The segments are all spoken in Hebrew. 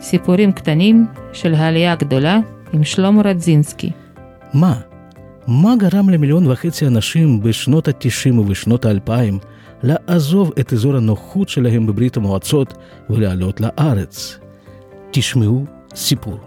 סיפורים קטנים של העלייה הגדולה עם שלמה רדזינסקי. מה גרם ל1.5 מיליון אנשים בשנות ה-90 ובשנות ה-2000 לעזוב את אזור הנוחות שלהם בברית המועצות ולעלות לארץ? תשמעו סיפור.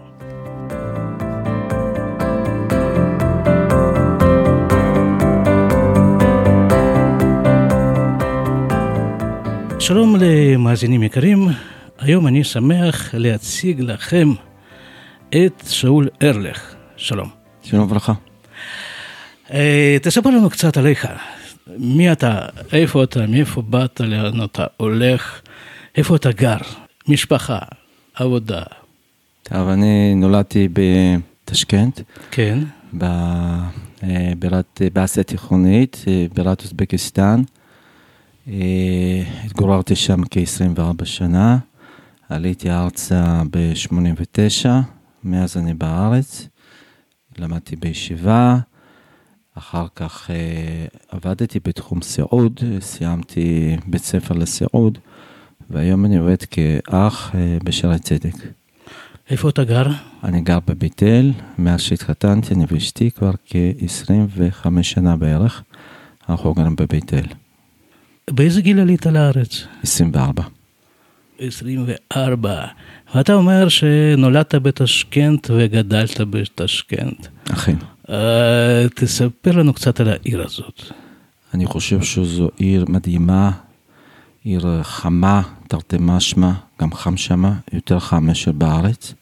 שלום למאזינים יקרים, היום אני שמח להציג לכם את שאול ארליך. שלום. שלום וברכה. תספר לנו קצת עליך. מי אתה? איפה אתה? מאיפה באת? לאן אתה הולך? איפה אתה גר? משפחה, עבודה. טוב, אני נולדתי בתשכנת. כן. באסיה תיכונית, בירת אוזבקיסטן. התגוררתי שם כ-24 שנה. עליתי ארצה ב-89, מאז אני בארץ. למדתי בישיבה. אחר כך עבדתי בתחום סיעוד, סיימתי בית ספר לסיעוד, והיום אני עובד כאח בשערי צדק. איפה אתה גר? אני גר בבית אל, מאז שהתחתנתי, אני ואשתי כבר כ-25 שנה בערך, אנחנו גרים בבית אל. באיזה גיל עלית לארץ? 24. 24. ואתה אומר שנולדת בתשכנת וגדלת בתשכנת. אכן. תספר לנו קצת על העיר הזאת. אני חושב שזו עיר מדהימה, עיר חמה, תרתי משמע, גם חם שמה, יותר חם מאשר בארץ,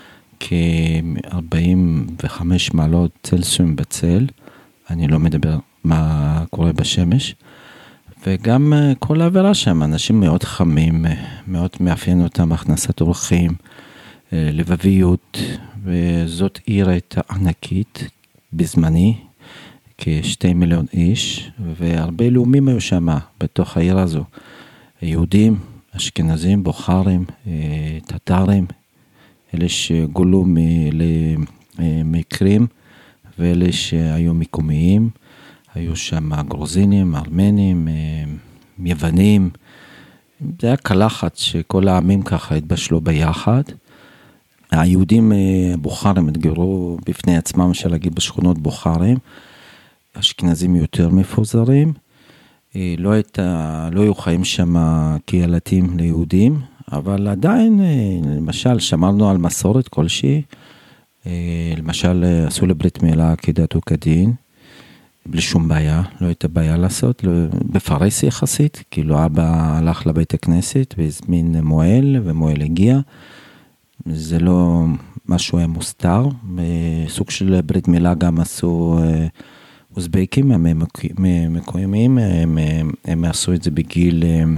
כ-45 מעלות צלסיום בצל, אני לא מדבר מה קורה בשמש, וגם כל העבירה שם, אנשים מאוד חמים, מאוד מאפיין אותם, הכנסת אורחים, לבביות, וזאת עיר הייתה ענקית, בזמני, כ2 מיליון איש, והרבה לאומים היו שם, בתוך העיר הזו. יהודים, אשכנזים, בוכרים, טטרים, אלה שגולו מקרים, ואלה שהיו מקומיים, היו שם גרוזינים, ארמנים, יוונים. זה היה קלחת שכל העמים ככה התבשלו ביחד. היהודים בוכרים התגרו בפני עצמם, אפשר להגיד בשכונות בוכרים, אשכנזים יותר מפוזרים, לא היו חיים שם קהילתיים ליהודים, אבל עדיין, למשל, שמרנו על מסורת כלשהי, למשל, עשו לברית מילה כדת וכדין, בלי שום בעיה, לא הייתה בעיה לעשות, בפרס יחסית, כאילו אבא הלך לבית הכנסת והזמין מועל, ומועל הגיע, זה לא משהו היה מוסתר, בסוג של ברית מילה גם עשו אוזבקים, הם מקוימים, הם עשו את זה בגיל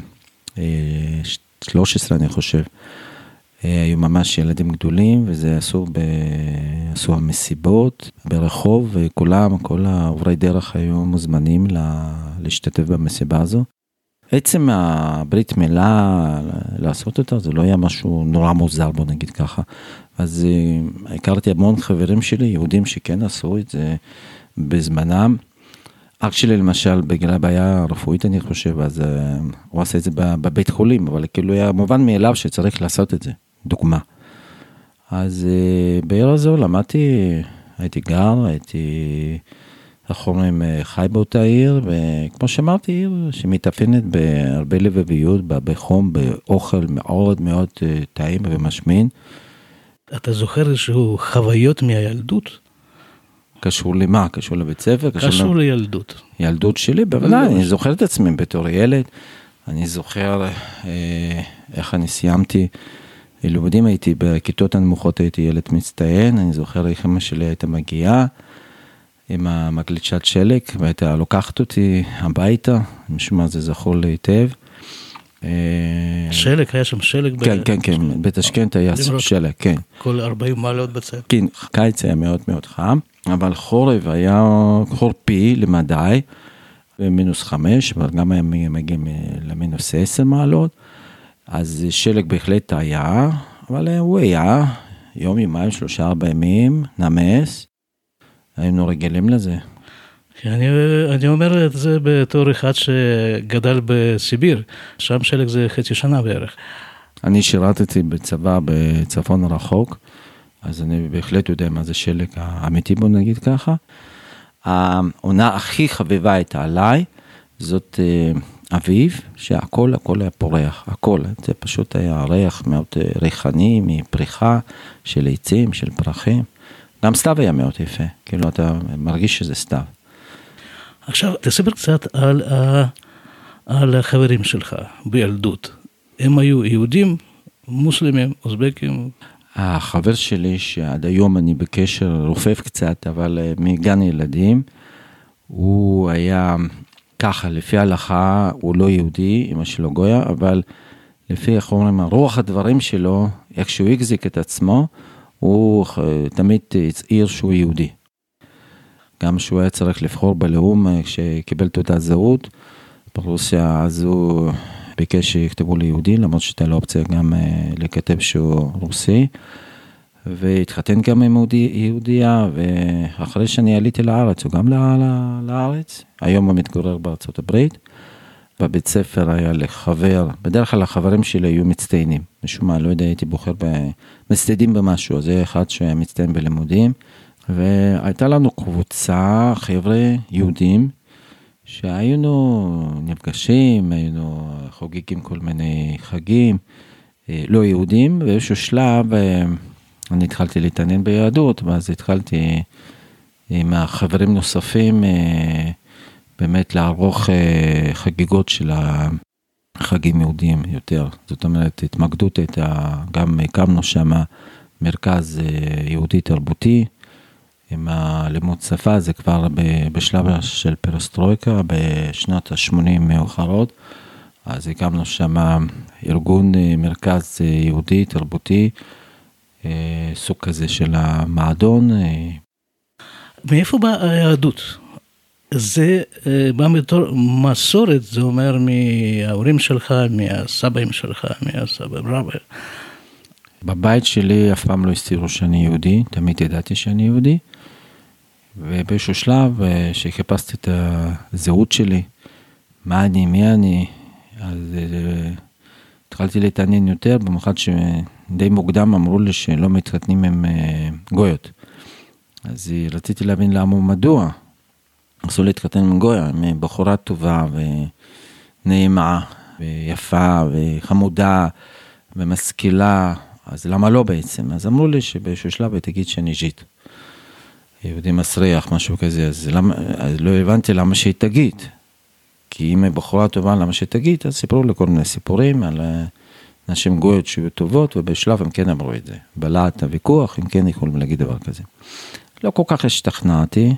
13 אני חושב, היו ממש ילדים גדולים, וזה עשו המסיבות ברחוב, וכולם, כל העוברי דרך היו מוזמנים להשתתף במסיבה הזו. עצם הברית מילה, לעשות אותה, זה לא היה משהו נורא מוזר, בוא נגיד ככה. אז הכרתי המון חברים שלי, יהודים שכן עשו את זה בזמנם. אח שלי למשל, בגלל הבעיה הרפואית אני חושב, אז הוא עשה את זה בבית חולים, אבל כאילו היה מובן מאליו שצריך לעשות את זה, דוגמה. אז בעיר הזו למדתי, הייתי גר, החומרים חי באותה עיר, וכמו שאמרתי, עיר שמתאפיינת בהרבה לבביות, בחום, באוכל מאוד מאוד טעים ומשמין. אתה זוכר איזשהו חוויות מהילדות? קשור למה? קשור לבית ספר? קשור לילדות. ילדות שלי, בוודאי, אני זוכר את עצמי בתור ילד, אני זוכר איך אני סיימתי, לימודים הייתי, בכיתות הנמוכות הייתי ילד מצטיין, אני זוכר איך אמא שלי הייתה מגיעה, עם המגלצ'ת שלג, והייתה לוקחת אותי הביתה, משום מה זה זכור לי היטב. שלג, היה שם שלג? כן, כן, כן, בתשכנת היה שלג, כן. כל 40 מעלות בצד? כן, קיץ היה מאוד מאוד חם, אבל חורף היה חורפי למדי, ו-5, אבל גם היה מגיעים ל-10 מעלות, אז שלג בהחלט היה, אבל הוא היה יום, יומיים, 3-4 ימים, נמס, היינו רגילים לזה. אני אומר את זה בתור אחד שגדל בסיביר, שם שלג זה חצי שנה בערך. אני שירתתי בצבא בצפון הרחוק, אז אני בהחלט יודע מה זה שלג האמיתי, בוא נגיד ככה. העונה הכי חביבה הייתה עליי, זאת אביב, שהכל היה פורח, הכל. זה פשוט היה ריח מאוד ריחני, מפריחה של עצים, של פרחים. גם סתיו היה מאוד יפה, כאילו אתה מרגיש שזה סתיו. עכשיו, תספר קצת על החברים שלך בילדות. הם היו יהודים, מוסלמים, אוזבקים? החבר שלי, שעד היום אני בקשר רופף קצת, אבל מגן ילדים, הוא היה ככה, לפי ההלכה, הוא לא יהודי, אמא שלו גויה, אבל לפי, איך אומרים, רוח הדברים שלו, איך שהוא החזיק את עצמו, הוא תמיד הצעיר שהוא יהודי. גם שהוא היה צריך לבחור בלאום, כשקיבל תעודת זהות, ברוסיה, אז הוא ביקש שיכתבו ליהודי, למרות שהייתה לו אופציה גם לכתב שהוא רוסי, והתחתן גם עם יהודיה, ואחרי שאני עליתי לארץ, הוא גם לארץ, היום הוא מתגורר בארצות הברית, בבית ספר היה לחבר, בדרך כלל החברים שלי היו מצטיינים, משום מה, לא יודע, הייתי בוחר מצטיינים במשהו, זה אחד שהיה מצטיין בלימודים, והייתה לנו קבוצה, חבר'ה יהודים, שהיינו נפגשים, היינו חוגגים כל מיני חגים, לא יהודים, באיזשהו שלב, אני התחלתי להתעניין ביהדות, ואז התחלתי עם החברים נוספים, באמת לערוך חגיגות של החגים יהודיים יותר. זאת אומרת, התמקדות הייתה, גם הקמנו שם מרכז יהודי תרבותי, עם הלימוד שפה, זה כבר בשלב של פרסטרויקה, בשנות ה-80 מאוחרות, אז הקמנו שם ארגון מרכז יהודי תרבותי, סוג כזה של המועדון. מאיפה באה היהדות? זה בא מתור מסורת, זה אומר מההורים שלך, מהסבאים שלך, מהסבא רבא. בבית שלי אף פעם לא הסתירו שאני יהודי, תמיד ידעתי שאני יהודי, ובאיזשהו שלב שחיפשתי את הזהות שלי, מה אני, מי אני, אז התחלתי להתעניין יותר, במיוחד שדי מוקדם אמרו לי שלא מתחתנים עם גויות. אז רציתי להבין למה ומדוע. אסור להתחתן עם גויה, עם בחורה טובה ונעימה ויפה וחמודה ומשכילה, אז למה לא בעצם? אז אמרו לי שבאיזשהו שלב תגיד שאני ז'יט. יהודי מסריח, משהו כזה, אז לא הבנתי למה שהיא תגיד. כי אם היא בחורה טובה, למה שתגיד? אז סיפרו לי כל מיני סיפורים על נשים גויות שהיו טובות, ובשלב הם כן אמרו את זה. בלעת הוויכוח, הם כן יכולים להגיד דבר כזה. לא כל כך השתכנעתי,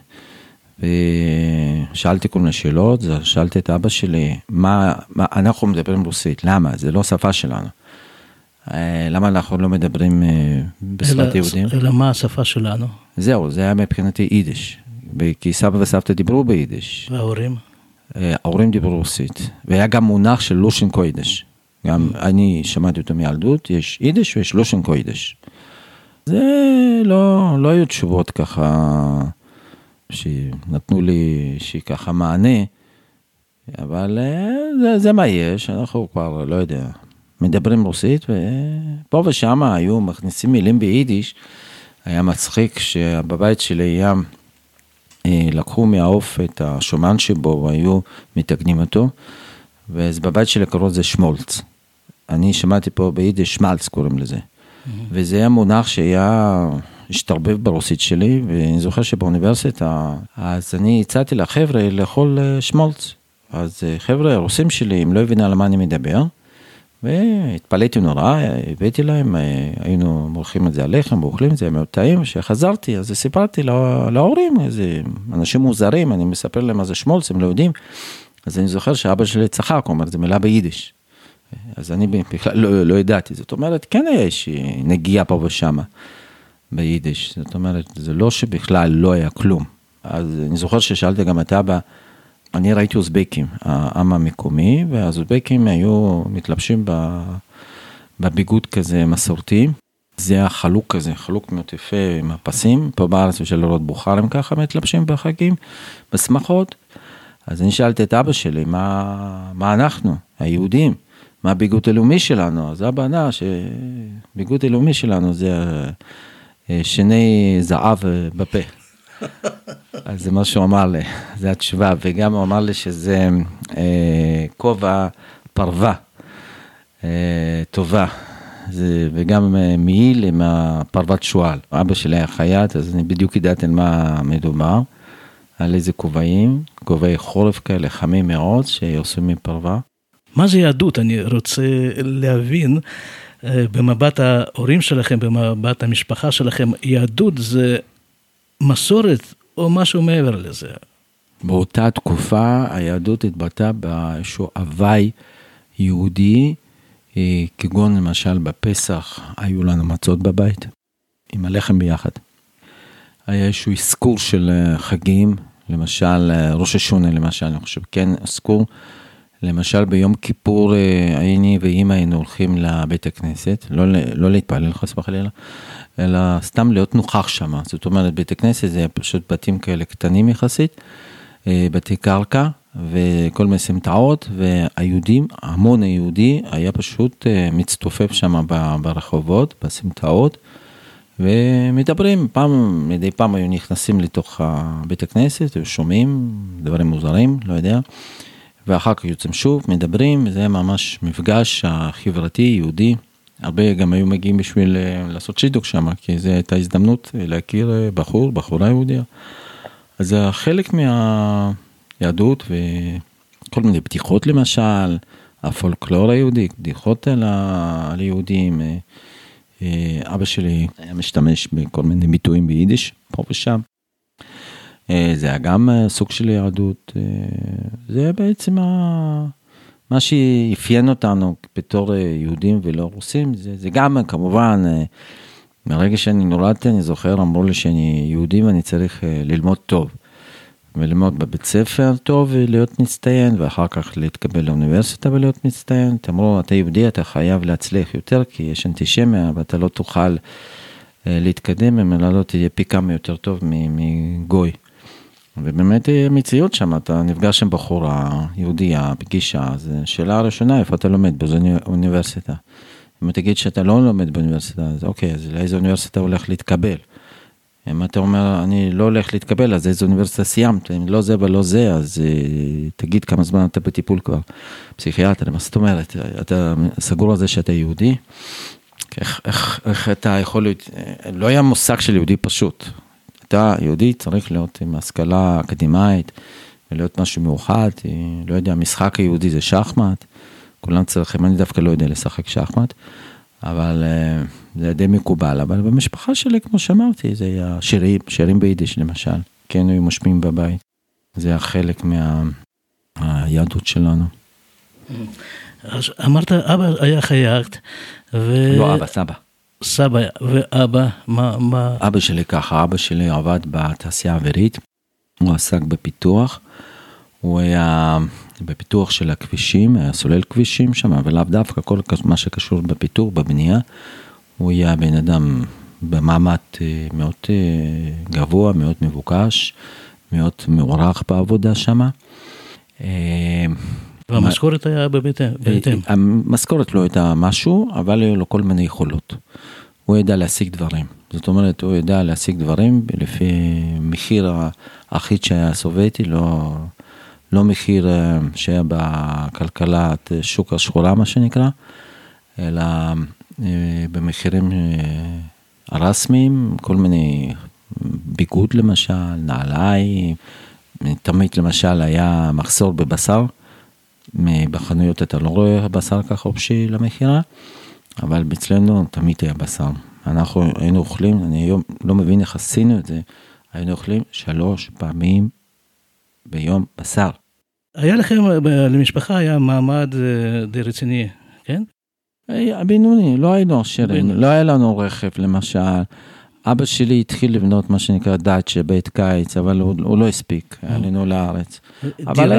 ושאלתי כל מיני שאלות, שאלתי את אבא שלי, מה אנחנו מדברים רוסית? למה? זה לא שפה שלנו. למה אנחנו לא מדברים בשפת יהודים? אלא מה השפה שלנו? זהו, זה היה מבחינתי יידיש. כי סבא וסבתא דיברו ביידיש. וההורים? ההורים דיברו רוסית. והיה גם מונח של לושן קוידש. גם אני שמעתי אותו מילדות, יש יידיש ויש לושן קוידש. זה לא היו תשובות ככה, שנתנו לי שככה מענה, אבל זה מה יש, אנחנו כבר לא יודע. מדברים רוסית, ופה ושם היו מכניסים מילים ביידיש, היה מצחיק שבבית שלי היה, לקחו מהעוף את השומן שבו, והיו מתקנים אותו, ואז בבית שלי קראו זה שמולץ. אני שמעתי פה ביידיש שמלץ קוראים לזה, וזה היה מונח שהיה השתרבב ברוסית שלי, ואני זוכר שבאוניברסיטה, אז אני הצעתי לחבר'ה לאכול שמולץ, אז חבר'ה הרוסים שלי, הם לא הבינו על מה אני מדבר, והתפלאתי נורא, הבאתי להם, היינו מורחים את זה עליכם, ואוכלים את זה מאוד טעים, כשחזרתי, אז סיפרתי להורים, איזה אנשים מוזרים, אני מספר להם מה זה שמולץ, הם לא יודעים, אז אני זוכר שאבא שלי צחק, הוא אומר, זה מילה ביידיש, אז אני בכלל לא ידעתי, זאת אומרת, כן היה איזושהי נגיעה פה ושמה, ביידיש, זאת אומרת, זה לא שבכלל לא היה כלום, אז אני זוכר ששאלתי גם את אבא, אני ראיתי אוזבקים, העם המקומי, והאוזבקים היו מתלבשים בביגוד כזה מסורתי, זה היה חלוק כזה, חלוק מאוד יפה עם הפסים, פה בארץ של לראות בוחרים ככה מתלבשים בחגים, בשמחות, אז אני שאלתי את אבא שלי, מה אנחנו, היהודים, מה הביגוד הלאומי שלנו? אז אבא ענה שביגוד הלאומי שלנו זה שני זהב בפה. אז זה מה שהוא אמר לי, זה התשובה, וגם הוא אמר לי שזה כובע פרווה טובה, וגם מעיל עם הפרוות שועל. אבא שלי היה חייט, אז אני בדיוק ידעתי על מה מדובר, על איזה כובעים, כובעי חורף כאלה חמים מאוד, שעושים מפרווה. מה זה יהדות? אני רוצה להבין, במבט ההורים שלכם, במבט המשפחה שלכם, יהדות זה מסורת או משהו מעבר לזה? באותה תקופה היהדות התבטאה באיזשהו הווי יהודי, כגון למשל בפסח היו לנו מצות בבית, עם הלחם ביחד. היה איזשהו אזכור של חגים, למשל ראש השונה למשל, אני חושב כן אזכור, למשל ביום כיפור אני ואמא היינו הולכים לבית הכנסת, לא להתפלל חס וחלילה, אלא סתם להיות נוכח שם. זאת אומרת, בית הכנסת זה פשוט בתים כאלה קטנים יחסית, בתי קרקע וכל מיני סמטאות, והיהודים, המון היהודי היה פשוט מצטופף שם ברחובות, בסמטאות, ומדברים, מדי פעם היו נכנסים לתוך בית הכנסת, ושומעים דברים מוזרים, לא יודע, ואחר כך יוצאים שוב, מדברים, וזה ממש מפגש החברתי, יהודי. הרבה גם היו מגיעים בשביל לעשות שידוק שם, כי זו הייתה הזדמנות להכיר בחורה יהודיה. אז זה חלק מהיהדות, וכל מיני בדיחות למשל, הפולקלור היהודי, בדיחות על יהודים. אבא שלי היה משתמש בכל מיני ביטויים ביידיש, פה ושם. זה היה גם סוג של יהדות, זה בעצם מה שאפיין אותנו בתור יהודים ולא רוסים, זה גם כמובן, מרגע שאני נולדתי, אני זוכר, אמרו לי שאני יהודי ואני צריך ללמוד טוב, וללמוד בבית ספר טוב ולהיות מצטיין, ואחר כך להתקבל לאוניברסיטה ולהיות מצטיין. אמרו, אתה יהודי, אתה חייב להצליח יותר, כי יש אנטישמיה, ואתה לא תוכל להתקדם, אם לא תהיה פי כמה יותר טוב מגוי. ובאמת מציאות שם, אתה נפגש עם בחורה יהודיה, פגישה, אז שאלה הראשונה, איפה אתה לומד? באיזו אוניברסיטה. אם תגיד שאתה לא לומד באוניברסיטה, אז אוקיי, אז לאיזו אוניברסיטה הולך להתקבל? אם אתה אומר, אני לא הולך להתקבל, אז איזו אוניברסיטה סיימת? אם לא זה ולא זה, אז תגיד כמה זמן אתה בטיפול כבר. פסיכיאטר, מה זאת אומרת? אתה סגור על זה שאתה יהודי? איך אתה יכול להיות? לא היה מושג של יהודי פשוט. אתה יהודי צריך להיות עם השכלה אקדמית, ולהיות משהו מאוחד, לא יודע, המשחק היהודי זה שחמט, כולם צריכים, אני דווקא לא יודע לשחק שחמט, אבל זה די מקובל, אבל במשפחה שלי, כמו שאמרתי, זה היה שירים ביידיש למשל, כן היו משמיעים בבית, זה היה חלק מהיהדות שלנו. אז אמרת, אבא היה חייט, לא אבא, סבא. סבא ואבא, מה? אבא שלי ככה, אבא שלי עבד בתעשייה האווירית, הוא עסק בפיתוח, הוא היה בפיתוח של הכבישים, היה סולל כבישים שם, אבל לאו דווקא כל מה שקשור בפיתוח, בבנייה, הוא היה בן אדם במעמד מאוד גבוה, מאוד מבוקש, מאוד מעורך בעבודה שם. והמשכורת היה בהתאם? המשכורת לא הייתה משהו, אבל היו לו כל מיני יכולות. הוא ידע להשיג דברים. זאת אומרת, הוא ידע להשיג דברים לפי מחיר האחיד שהיה סובייטי, לא מחיר שהיה בכלכלת שוק השחורה, מה שנקרא, אלא במחירים הרסמיים, כל מיני ביגוד למשל, נעליים, תמיד למשל היה מחסור בבשר, בחנויות אתה לא רואה בשר ככה חופשי למחירה, אבל אצלנו תמיד היה בשר. אנחנו היינו אוכלים, אני היום לא מבין איך עשינו את זה, היינו אוכלים 3 פעמים ביום בשר. היה לכם, למשפחה היה מעמד די רציני, כן? בינוני, לא היינו עשירים, לא היה לנו רכב למשל. אבא שלי התחיל לבנות מה שנקרא דאצ'ה, בית קיץ, אבל הוא לא הספיק, עלינו לארץ. אבל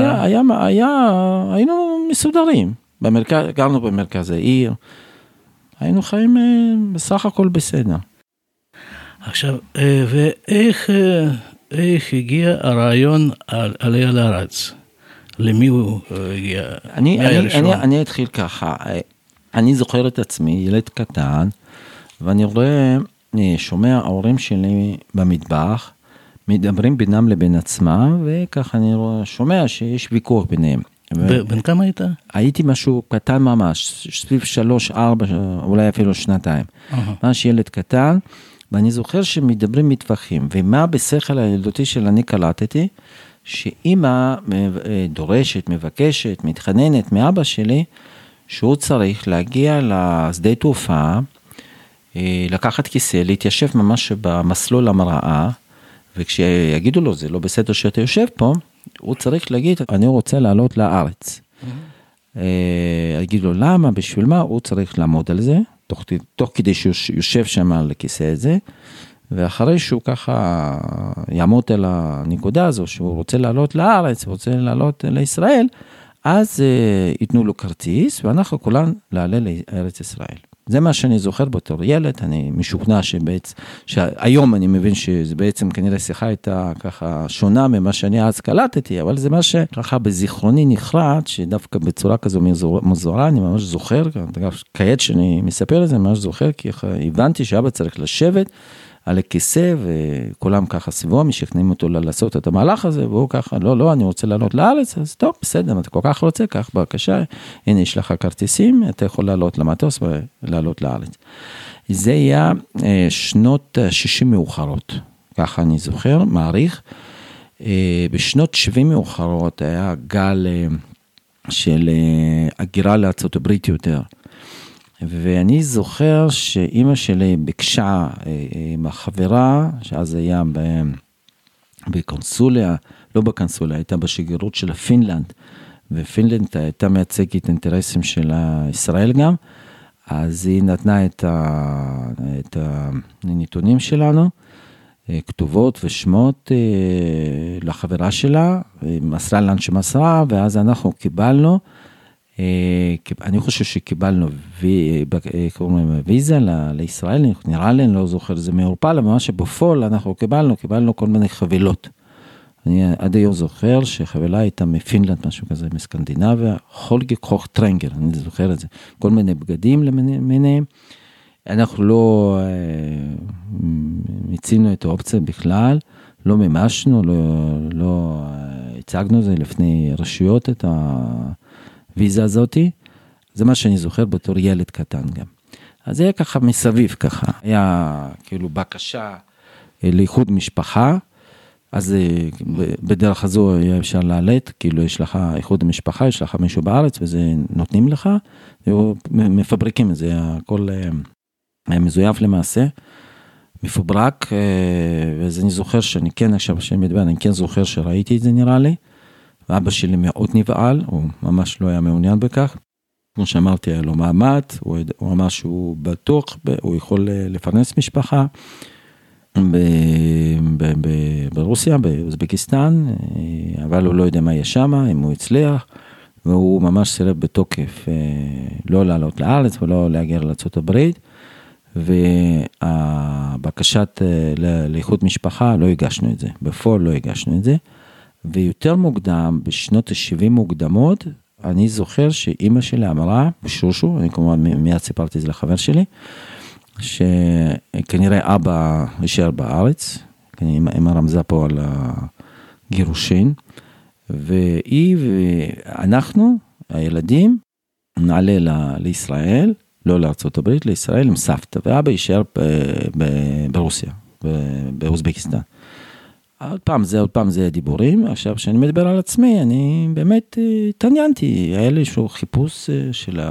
היינו מסודרים, גרנו במרכז העיר, היינו חיים בסך הכל בסדר. עכשיו, ואיך הגיע הרעיון עליה לארץ? למי הוא הגיע? אני אתחיל ככה, אני זוכר את עצמי, ילד קטן, ואני רואה, שומע ההורים שלי במטבח, מדברים בינם לבין עצמם, וככה אני שומע שיש ויכוח ביניהם. בן כמה היית? הייתי משהו קטן ממש, סביב 3, 4, אולי אפילו 2. ממש ילד קטן, ואני זוכר שמדברים מטווחים, ומה בשכל הילדותי של אני קלטתי, שאמא דורשת, מבקשת, מתחננת מאבא שלי, שהוא צריך להגיע לשדה תעופה, לקחת כיסא, להתיישב ממש במסלול המראה, וכשיגידו לו, זה לא בסדר שאתה יושב פה, הוא צריך להגיד, אני רוצה לעלות לארץ. יגיד לו, למה, בשביל מה? הוא צריך לעמוד על זה, תוך כדי שהוא יושב שם על הכיסא הזה, ואחרי שהוא ככה יעמוד על הנקודה הזו, שהוא רוצה לעלות לארץ, רוצה לעלות לישראל, אז ייתנו לו כרטיס, ואנחנו כולנו נעלה לארץ ישראל. זה מה שאני זוכר בתור ילד, אני משוכנע שהיום אני מבין שזה בעצם כנראה שיחה הייתה ככה שונה ממה שאני אז קלטתי, אבל זה מה שככה בזיכרוני נחרט, שדווקא בצורה כזו מוזרה, אני ממש זוכר, כעת שאני מספר את זה, ממש זוכר, כי הבנתי שאבא צריך לשבת על הכיסא, וכולם ככה סביבו, משכנעים אותו לעשות את המהלך הזה, והוא ככה, לא, אני רוצה לעלות לארץ, אז טוב, בסדר, אתה כל כך רוצה, כך בבקשה, הנה יש לך כרטיסים, אתה יכול לעלות למטוס ולעלות לארץ. זה היה שנות 60 מאוחרות, ככה אני זוכר, מעריך. בשנות 70 מאוחרות היה גל של הגירה לארצות הברית יותר, ואני זוכר שאמא שלי ביקשה עם החברה, שאז היה בקונסוליה, לא בקונסוליה, הייתה בשגרירות של פינלנד, ופינלנד הייתה מייצגת אינטרסים של ישראל גם, אז היא נתנה את הנתונים שלנו, כתובות ושמות לחברה שלה, מסרה לנו שמסרה, ואז אנחנו קיבלנו, אני חושב שקיבלנו ויזה לישראל, נראה לי, אני לא זוכר, זה מאורפל, אבל מה שבפועל אנחנו קיבלנו כל מיני חבילות. אני עד היום זוכר שחבילה הייתה מפינלנד, משהו כזה, מסקנדינביה, חולגי כוח טרנגר, אני זוכר את זה, כל מיני בגדים למיניהם. אנחנו לא מצינו את האופציה בכלל, לא ממשנו, לא הצגנו זה לפני רשויות את הוויזה הזאתי, זה מה שאני זוכר בתור ילד קטן גם. אז זה היה ככה מסביב ככה, היה כאילו בקשה לאיחוד משפחה, אז בדרך הזו היה אפשר לעלת, כאילו יש לך איחוד משפחה, יש לך מישהו בארץ וזה נותנים לך, מפברקים את זה, הכל מזויף למעשה, מפוברק, וזה אני זוכר שאני כן עכשיו שאני מדבר, אני כן זוכר שראיתי את זה נראה לי, ואבא שלי מאוד נבעל, הוא ממש לא היה מעוניין בכך, כמו שאמרתי, היה לו מעמד, הוא אמר שהוא בטוח, הוא יכול לפרנס משפחה, ברוסיה, באוזבקיסטן, אבל הוא לא יודע מה יש שם, אם הוא הצליח, והוא ממש סירב בתוקף לא לעלות לארץ ולא להגיע לארצות הברית, והבקשת לאיחוד משפחה לא הגשנו את זה, בפועל לא הגשנו את זה, ויותר מוקדם, בשנות ה-70 מוקדמות, אני זוכר שאמא שלי אמרה, בשושו, אני כמובן מיד סיפרתי את זה לחבר שלי, שכנראה אבא יישאר בארץ, אמא רמזה פה על הגירושין, והיא ואנחנו, הילדים, נעלה לישראל, לא לארצות הברית, לישראל עם סבתא, ואבא יישאר ברוסיה, באוזבקיסטן. עוד פעם זה דיבורים, עכשיו שאני מדבר על עצמי, אני באמת התעניינתי, היה לי איזשהו חיפוש של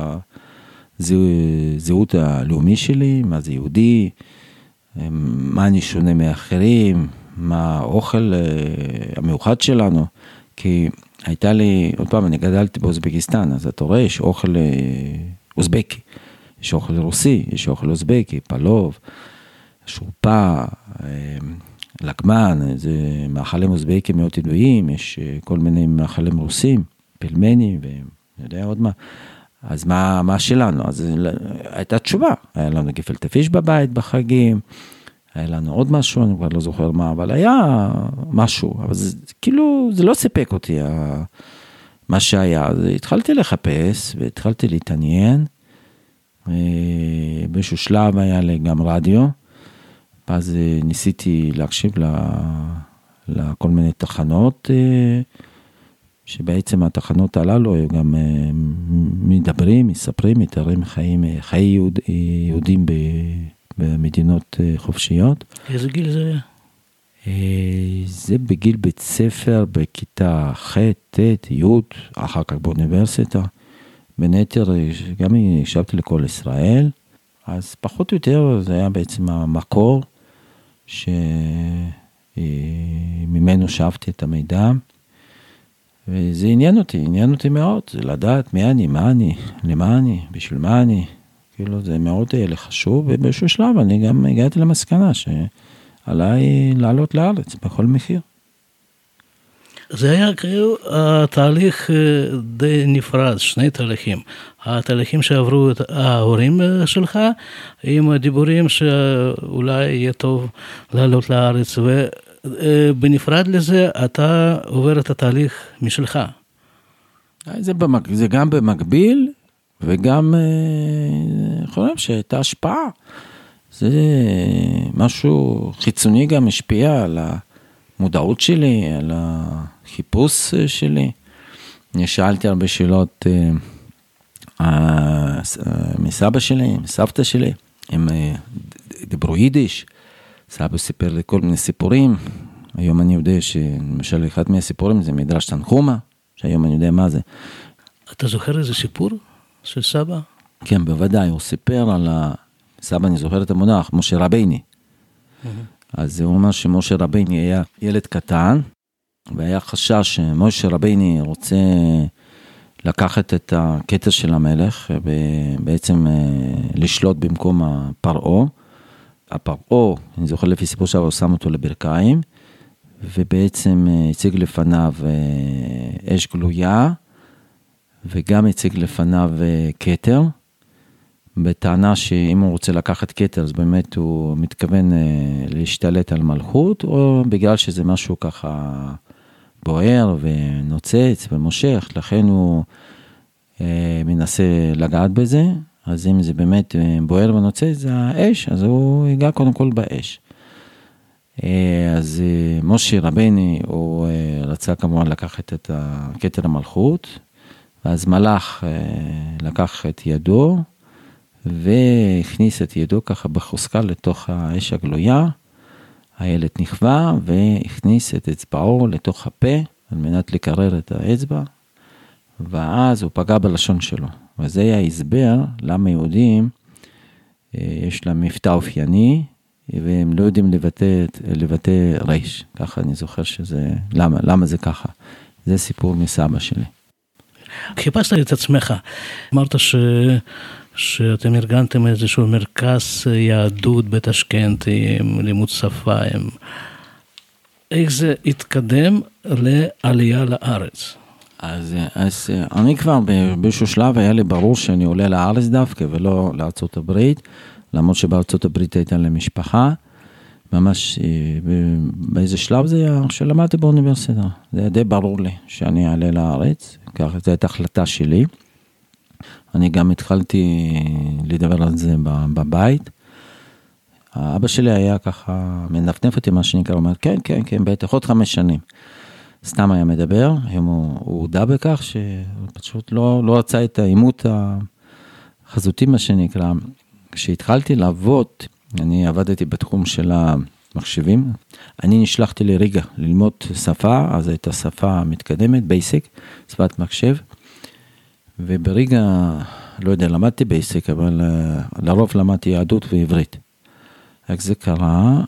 הזהות הלאומי שלי, מה זה יהודי, מה אני שונה מאחרים, מה האוכל המיוחד שלנו, כי הייתה לי, עוד פעם, אני גדלתי באוזבקיסטן, אז אתה רואה, יש אוכל אוזבקי, יש אוכל רוסי, יש אוכל אוזבקי, פלוב, שורפה, לקמן, זה מאכלים אוזבקים מאוד ידועים, יש כל מיני מאכלים רוסים, פלמני, ואני יודע עוד מה. אז מה שלנו? אז הייתה תשובה, היה לנו גפלטע פיש בבית בחגים, היה לנו עוד משהו, אני כבר לא זוכר מה, אבל היה משהו, אבל זה, כאילו, זה לא סיפק אותי, מה שהיה, אז התחלתי לחפש, והתחלתי להתעניין, באיזשהו שלב היה לי גם רדיו, ואז ניסיתי להקשיב לכל מיני תחנות, שבעצם התחנות הללו היו גם מדברים, מספרים, מתארים חיי יהודים במדינות חופשיות. איזה גיל זה היה? זה בגיל בית ספר, בכיתה ח', ט', י', אחר כך באוניברסיטה. בין היתר, גם הקשבתי לכל ישראל, אז פחות או יותר זה היה בעצם המקור שממנו שאבתי את המידע, וזה עניין אותי מאוד, זה לדעת מי אני, מה אני, למה אני, בשביל מה אני, כאילו זה מאוד חשוב, ובאיזשהו שלב אני גם הגעתי למסקנה שעליי לעלות לארץ בכל מחיר. זה היה כאילו תהליך די נפרד, שני תהליכים. התהליכים שעברו את ההורים שלך, עם הדיבורים שאולי יהיה טוב לעלות לארץ, ובנפרד לזה אתה עובר את התהליך משלך. זה גם במקביל, וגם חושב שהייתה השפעה. זה משהו חיצוני גם משפיע על המודעות שלי, על החיפוש שלי. אני שאלתי הרבה שאלות מסבא שלי, מסבתא שלי, הם דיברו יידיש, סבא סיפר לי כל מיני סיפורים, היום אני יודע שלמשל אחד מהסיפורים זה מדרש תנחומה, שהיום אני יודע מה זה. אתה זוכר איזה סיפור של סבא? כן, בוודאי, הוא סיפר על סבא, אני זוכר את המונח, משה רבייני. אז הוא אומר שמשה רבייני היה ילד קטן, והיה חשש שמשה רבייני רוצה לקחת את הכתר של המלך, ובעצם לשלוט במקום הפרעה. הפרעה, אני זוכר לפי סיפור שלו, הוא שם אותו לברכיים, ובעצם הציג לפניו אש גלויה, וגם הציג לפניו כתר, בטענה שאם הוא רוצה לקחת כתר, אז באמת הוא מתכוון להשתלט על מלכות, או בגלל שזה משהו ככה בוער ונוצץ ומושך, לכן הוא מנסה לגעת בזה, אז אם זה באמת בוער ונוצץ, זה האש, אז הוא ייגע קודם כל באש. אז משה רבייני, הוא רצה כמובן לקחת את כתר המלכות, ואז מלאך לקח את ידו, והכניס את ידו ככה בחוזקה לתוך האש הגלויה, הילד נכווה והכניס את אצבעו לתוך הפה, על מנת לקרר את האצבע, ואז הוא פגע בלשון שלו. וזה היה הסבר למה יהודים יש להם מבטא אופייני, והם לא יודעים לבטא ריש. ככה אני זוכר שזה, למה זה ככה? זה סיפור מסבא שלי. חיפשת את עצמך, אמרת שאתם ארגנתם איזשהו מרכז יהדות בטשקנט עם לימוד שפה, איך זה התקדם לעלייה לארץ? אז אני כבר באיזשהו שלב היה לי ברור שאני עולה לארץ דווקא ולא לארצות הברית, למרות שבארצות הברית הייתה למשפחה, ממש באיזה שלב זה היה שלמדתי באוניברסיטה, זה היה די ברור לי שאני אעלה לארץ, ככה זו הייתה החלטה שלי, אני גם התחלתי לדבר על זה בבית, האבא שלי היה ככה מנפנף אותי מה שנקרא, אומר כן, בטח עוד 5 שנים, סתם היה מדבר, היום הוא הודע בכך שהוא פשוט לא רצה את האימות החזותי מה שנקרא, כשהתחלתי לעבוד, אני עבדתי בתחום של המחשבים, אני נשלחתי לריגה ללמוד שפה, אז הייתה שפה מתקדמת, בייסיק, שפת מחשב, ובריגה, לא יודע, למדתי בייסיק, אבל לרוב למדתי יהדות ועברית. איך זה קרה?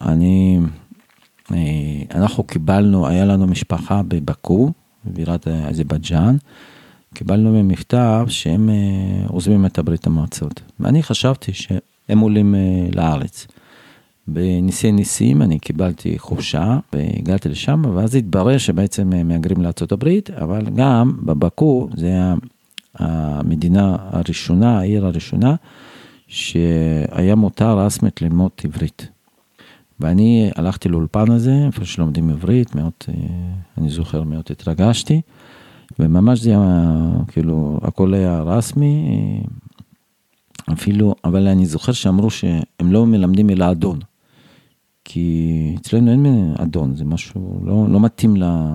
אנחנו קיבלנו, היה לנו משפחה בבקו, בבירת אזרבייג'אן, קיבלנו ממכתב שהם עוזבים את ברית המועצות. ואני חשבתי שהם עולים לארץ. בניסים אני קיבלתי חופשה והגעתי לשם, ואז התברר שבעצם הם מהגרים לארצות הברית, אבל גם בבקו, זה המדינה הראשונה, העיר הראשונה, שהיה מותר רסמית ללמוד עברית. ואני הלכתי לאולפן הזה, איפה שלומדים עברית, מאוד, אני זוכר, מאוד התרגשתי. וממש זה היה, כאילו, הכל היה רסמי, אפילו, אבל אני זוכר שאמרו שהם לא מלמדים אלא אדון, כי אצלנו אין אדון, זה משהו לא מתאים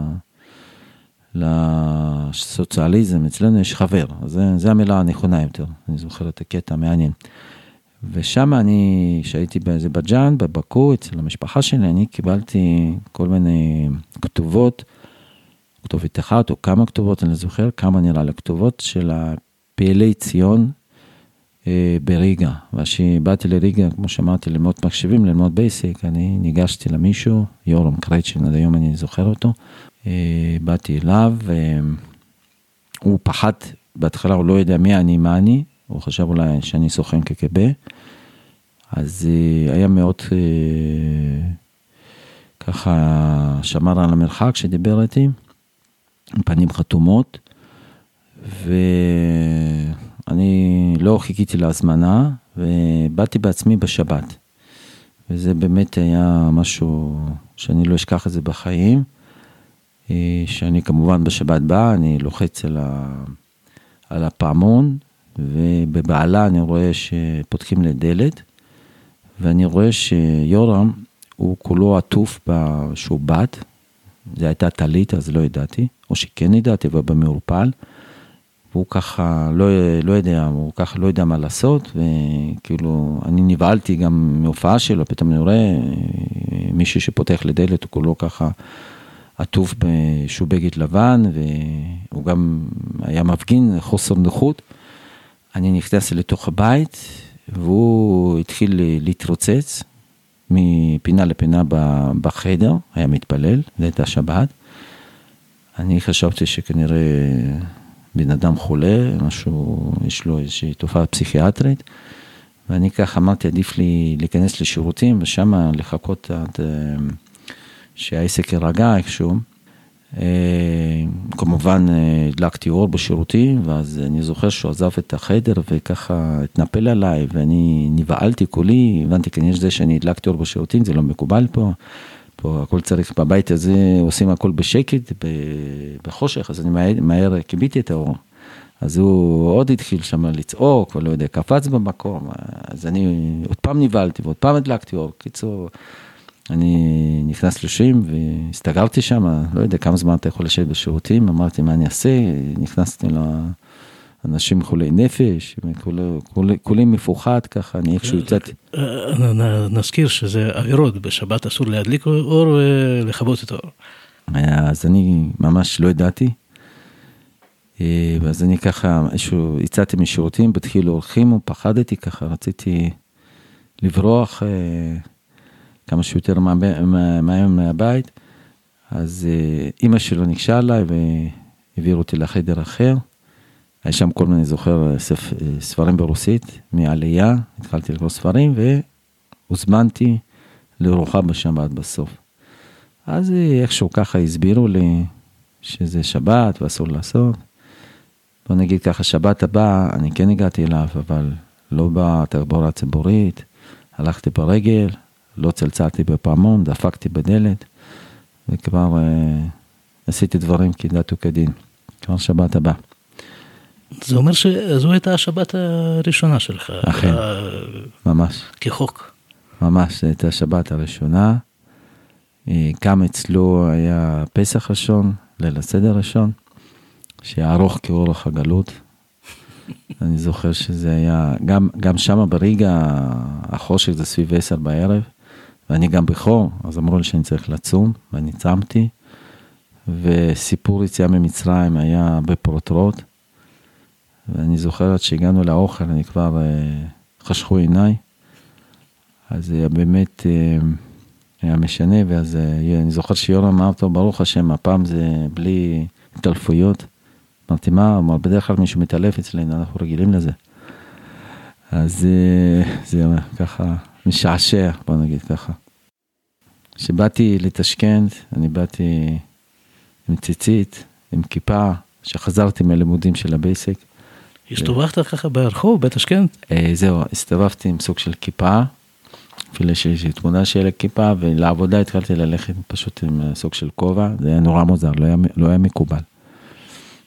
לסוציאליזם, אצלנו יש חבר, אז זה המילה הנכונה יותר, אני זוכר את הקטע מעניין. ושם אני, שהייתי באזרבייג'אן, בבאקו, אצל המשפחה שלי, אני קיבלתי כל מיני כתובות, כתובת אחת או כמה כתובות, אני זוכר, כמה נראה לכתובות של הפעילי ציון בריגה. וכשבאתי לריגה, כמו שאמרתי, ללמוד מחשבים, ללמוד בייסיק, אני ניגשתי למישהו, יורם קרייצ'ין, עד היום אני זוכר אותו, באתי אליו, הוא פחד, בהתחלה הוא לא יודע מי אני, מה אני, הוא חשב אולי שאני סוכן קק"ב, אז היה מאוד ככה שמר על המרחק שדיבר איתי, עם פנים חתומות, ואני לא חיכיתי להזמנה, ובאתי בעצמי בשבת, וזה באמת היה משהו שאני לא אשכח את זה בחיים, שאני כמובן בשבת בא, אני לוחץ על הפעמון, ובבעלה אני רואה שפותחים לדלת, ואני רואה שיורם הוא כולו עטוף שהוא בת, זה הייתה תלית, אז לא ידעתי, או שכן ידעתי, אבל במעורפל, והוא ככה לא יודע, הוא ככה לא יודע מה לעשות, וכאילו אני נבהלתי גם מהופעה שלו, פתאום אני רואה מישהו שפותח לדלת, הוא כולו ככה עטוף שהוא בגד לבן, והוא גם היה מפגין חוסר נוחות, אני נכנסתי לתוך הבית, והוא התחיל להתרוצץ, מפינה לפינה בחדר, היה מתפלל, זה הייתה שבת, אני חשבתי שכנראה בן אדם חולה, משהו, יש לו איזושהי תופעה פסיכיאטרית, ואני כך אמרתי, עדיף לי להיכנס לשירותים, ושם לחכות עד שהעסק ירגע איכשהו, כמובן הדלקתי אור בשירותים, ואז אני זוכר שהוא עזב את החדר, וככה התנפל עליי, ואני נבעלתי כולי, הבנתי כנראה זה שאני הדלקתי אור בשירותים, זה לא מקובל פה הכל צריך, בבית הזה עושים הכל בשקט, בחושך, אז אני מהר קיביתי את האור, אז הוא עוד התחיל שם לצעוק, ולא יודע, קפץ במקום, אז אני עוד פעם נבעלתי, ועוד פעם הדלקתי אור, קיצור, אני נכנס לשם והסתגרתי שם, לא יודע כמה זמן אתה יכול לשבת בשירותים, אמרתי מה אני אעשה, נכנסתי לאנשים חולי נפש, כולי מפוחד ככה, אני איכשהו יצאתי. נזכיר שזה עבירות, בשבת אסור להדליק אור ולכבות את האור. אז אני ממש לא ידעתי, ואז אני ככה, יצאתי משירותים, בתחילו הולכים, ופחדתי ככה, רציתי לברוח, כמה שיותר מהיום מהבית, אז אמא שלו ניגשה עליי והעביר אותי לחדר אחר, היה שם כל מיני זוכר ספרים ברוסית, מעלייה, התחלתי לקרוא ספרים והוזמנתי לארוחה בשבת בסוף. אז איכשהו ככה הסבירו לי שזה שבת ואסור לעשות, בוא נגיד ככה שבת הבא אני כן הגעתי אליו, אבל לא בתחבורה ציבורית, הלכתי ברגל, לא צלצלתי בפעמון, דפקתי בדלת, וכבר עשיתי דברים כדת וכדין, כבר שבת הבא. זה אומר שזו הייתה השבת הראשונה שלך. אכן, ממש. כחוק. ממש, זו הייתה השבת הראשונה, גם אצלו היה פסח ראשון, ליל הסדר ראשון, שהיה ארוך כאורך הגלות, אני זוכר שזה היה, גם שם בריגה, החושך זה סביב 10 בערב, ואני גם בחור, אז אמרו לי שאני צריך לצום, ואני צמתי, וסיפור יציאה ממצרים היה בפרוטרוט, ואני זוכרת שהגענו לאוכל, אני כבר חשכו עיניי, אז היה באמת, היה משנה, ואז אני זוכר שיורם אמר אותו, ברוך השם, הפעם זה בלי התעלפויות, אמרתי מה, בדרך כלל מישהו מתעלף אצלנו, אנחנו רגילים לזה, אז זה ככה משעשע, בוא נגיד ככה. כשבאתי לתשכנט, אני באתי עם ציצית, עם כיפה, שחזרתי מהלימודים של הבייסיק. הסתובבת ככה ברחוב, בתשכנט? זהו, הסתובבתי עם סוג של כיפה, אפילו שיש תמונה של הכיפה, ולעבודה התחלתי ללכת פשוט עם סוג של כובע, זה היה נורא מוזר, לא היה מקובל.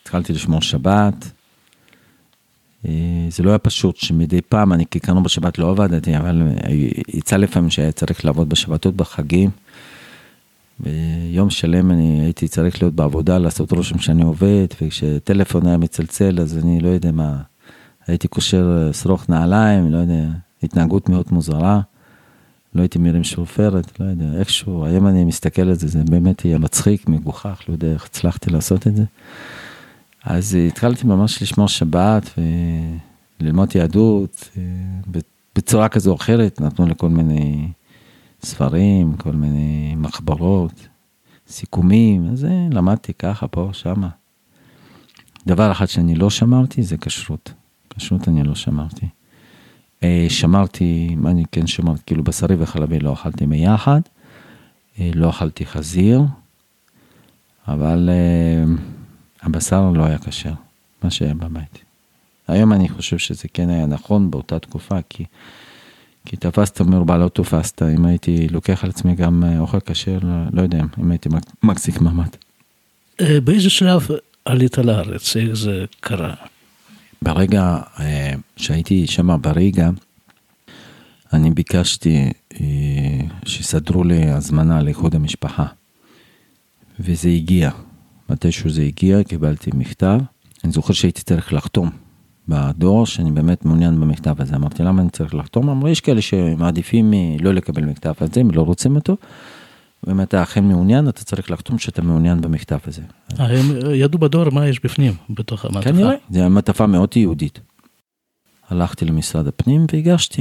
התחלתי לשמור שבת, זה לא היה פשוט, שמדי פעם, אני כקרנו בשבת לא עבדתי, אבל יצא לפעמים שהיה צריך לעבוד בשבתות בחגים, ביום שלם אני הייתי צריך להיות בעבודה, לעשות רושם שאני עובד, וכשטלפון היה מצלצל, אז אני לא יודע מה, הייתי קושר שרוך נעליים, לא יודע, התנהגות מאוד מוזרה, לא הייתי מרים שופרת, לא יודע, איכשהו, היום אני מסתכל על זה, זה באמת יהיה מצחיק, מגוחך, לא יודע איך הצלחתי לעשות את זה. אז התחלתי ממש לשמור שבת, וללמוד יהדות, בצורה כזו או אחרת, נתנו לכל מיני ספרים, כל מיני מחברות, סיכומים, אז למדתי ככה פה, שמה. דבר אחד שאני לא שמרתי, זה כשרות. כשרות אני לא שמרתי. שמרתי, מה אני כן שמרתי, כאילו בשרי וחלבי לא אכלתי מיחד, לא אכלתי חזיר, אבל הבשר לא היה כשר, מה שהיה בבית. היום אני חושב שזה כן היה נכון באותה תקופה, כי תפסת מרובה לא תופסת, אם הייתי לוקח על עצמי גם אוכל כשר, לא יודע, אם הייתי מחזיק מעמד. באיזה שלב עלית לארץ, איך זה קרה? ברגע שהייתי שם בריגה, אני ביקשתי שיסדרו לי הזמנה לאיחוד המשפחה, וזה הגיע. מתישהו זה הגיע, קיבלתי מכתב, אני זוכר שהייתי צריך לחתום בדור, שאני באמת מעוניין במכתב הזה. אמרתי, למה אני צריך לחתום? אמרו, יש כאלה שמעדיפים לא לקבל מכתב הזה, הם לא רוצים אותו, ואם אתה אכן מעוניין, אתה צריך לחתום שאתה מעוניין במכתב הזה. הם ידעו בדור מה יש בפנים, בתוך המעטפה. כנראה, זה המעטפה מאוד יהודית. הלכתי למשרד הפנים והגשתי.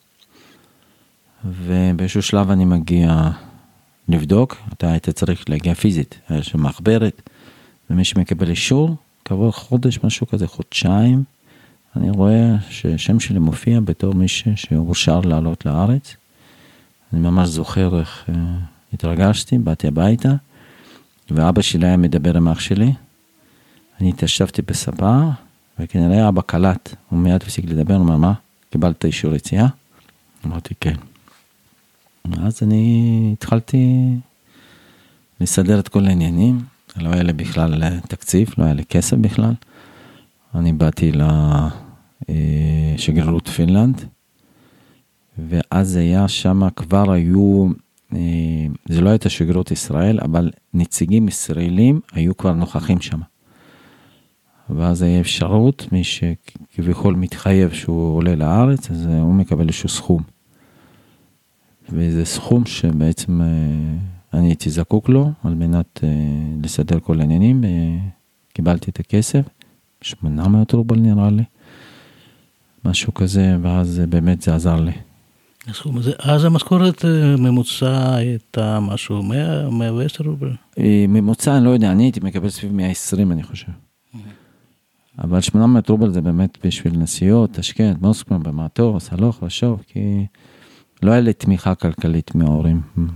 ובאיזשהו שלב אני מגיע לבדוק, אתה היית צריך להגיע פיזית, היה שם מחברת, ומי שמקבל אישור, כעבור חודש, משהו כזה, חודשיים, אני רואה ששם שלי מופיע בתור מישהו שאושר לעלות לארץ. אני ממש זוכר איך התרגשתי, באתי הביתה, ואבא שלי היה מדבר עם אח שלי, אני התיישבתי בספה, וכנראה אבא קלט, הוא מיד הפסיק לדבר, הוא אומר, מה? קיבלת אישור יציאה? אמרתי, כן. אז אני התחלתי לסדר את כל העניינים, לא היה לי בכלל תקציב, לא היה לי כסף בכלל. אני באתי לשגרירות פינלנד, ואז היה שם כבר היו, זה לא הייתה שגרירות ישראל, אבל נציגים ישראלים היו כבר נוכחים שם. ואז היה אפשרות, מי שכביכול מתחייב שהוא עולה לארץ, אז הוא מקבל איזשהו סכום. וזה סכום שבעצם אני הייתי זקוק לו, על מנת לסדר כל העניינים, קיבלתי את הכסף, 800 רובל נראה לי, משהו כזה, ואז באמת זה עזר לי. אז המשכורת ממוצע הייתה משהו 110 רובל? ממוצע, אני לא יודע, אני הייתי מקבל סביב 120 אני חושב. אבל 800 רובל זה באמת בשביל נסיעות, תשכנת, מוסקבה, במטוס, הלוך ושוב, כי לא היה לי תמיכה כלכלית מההורים.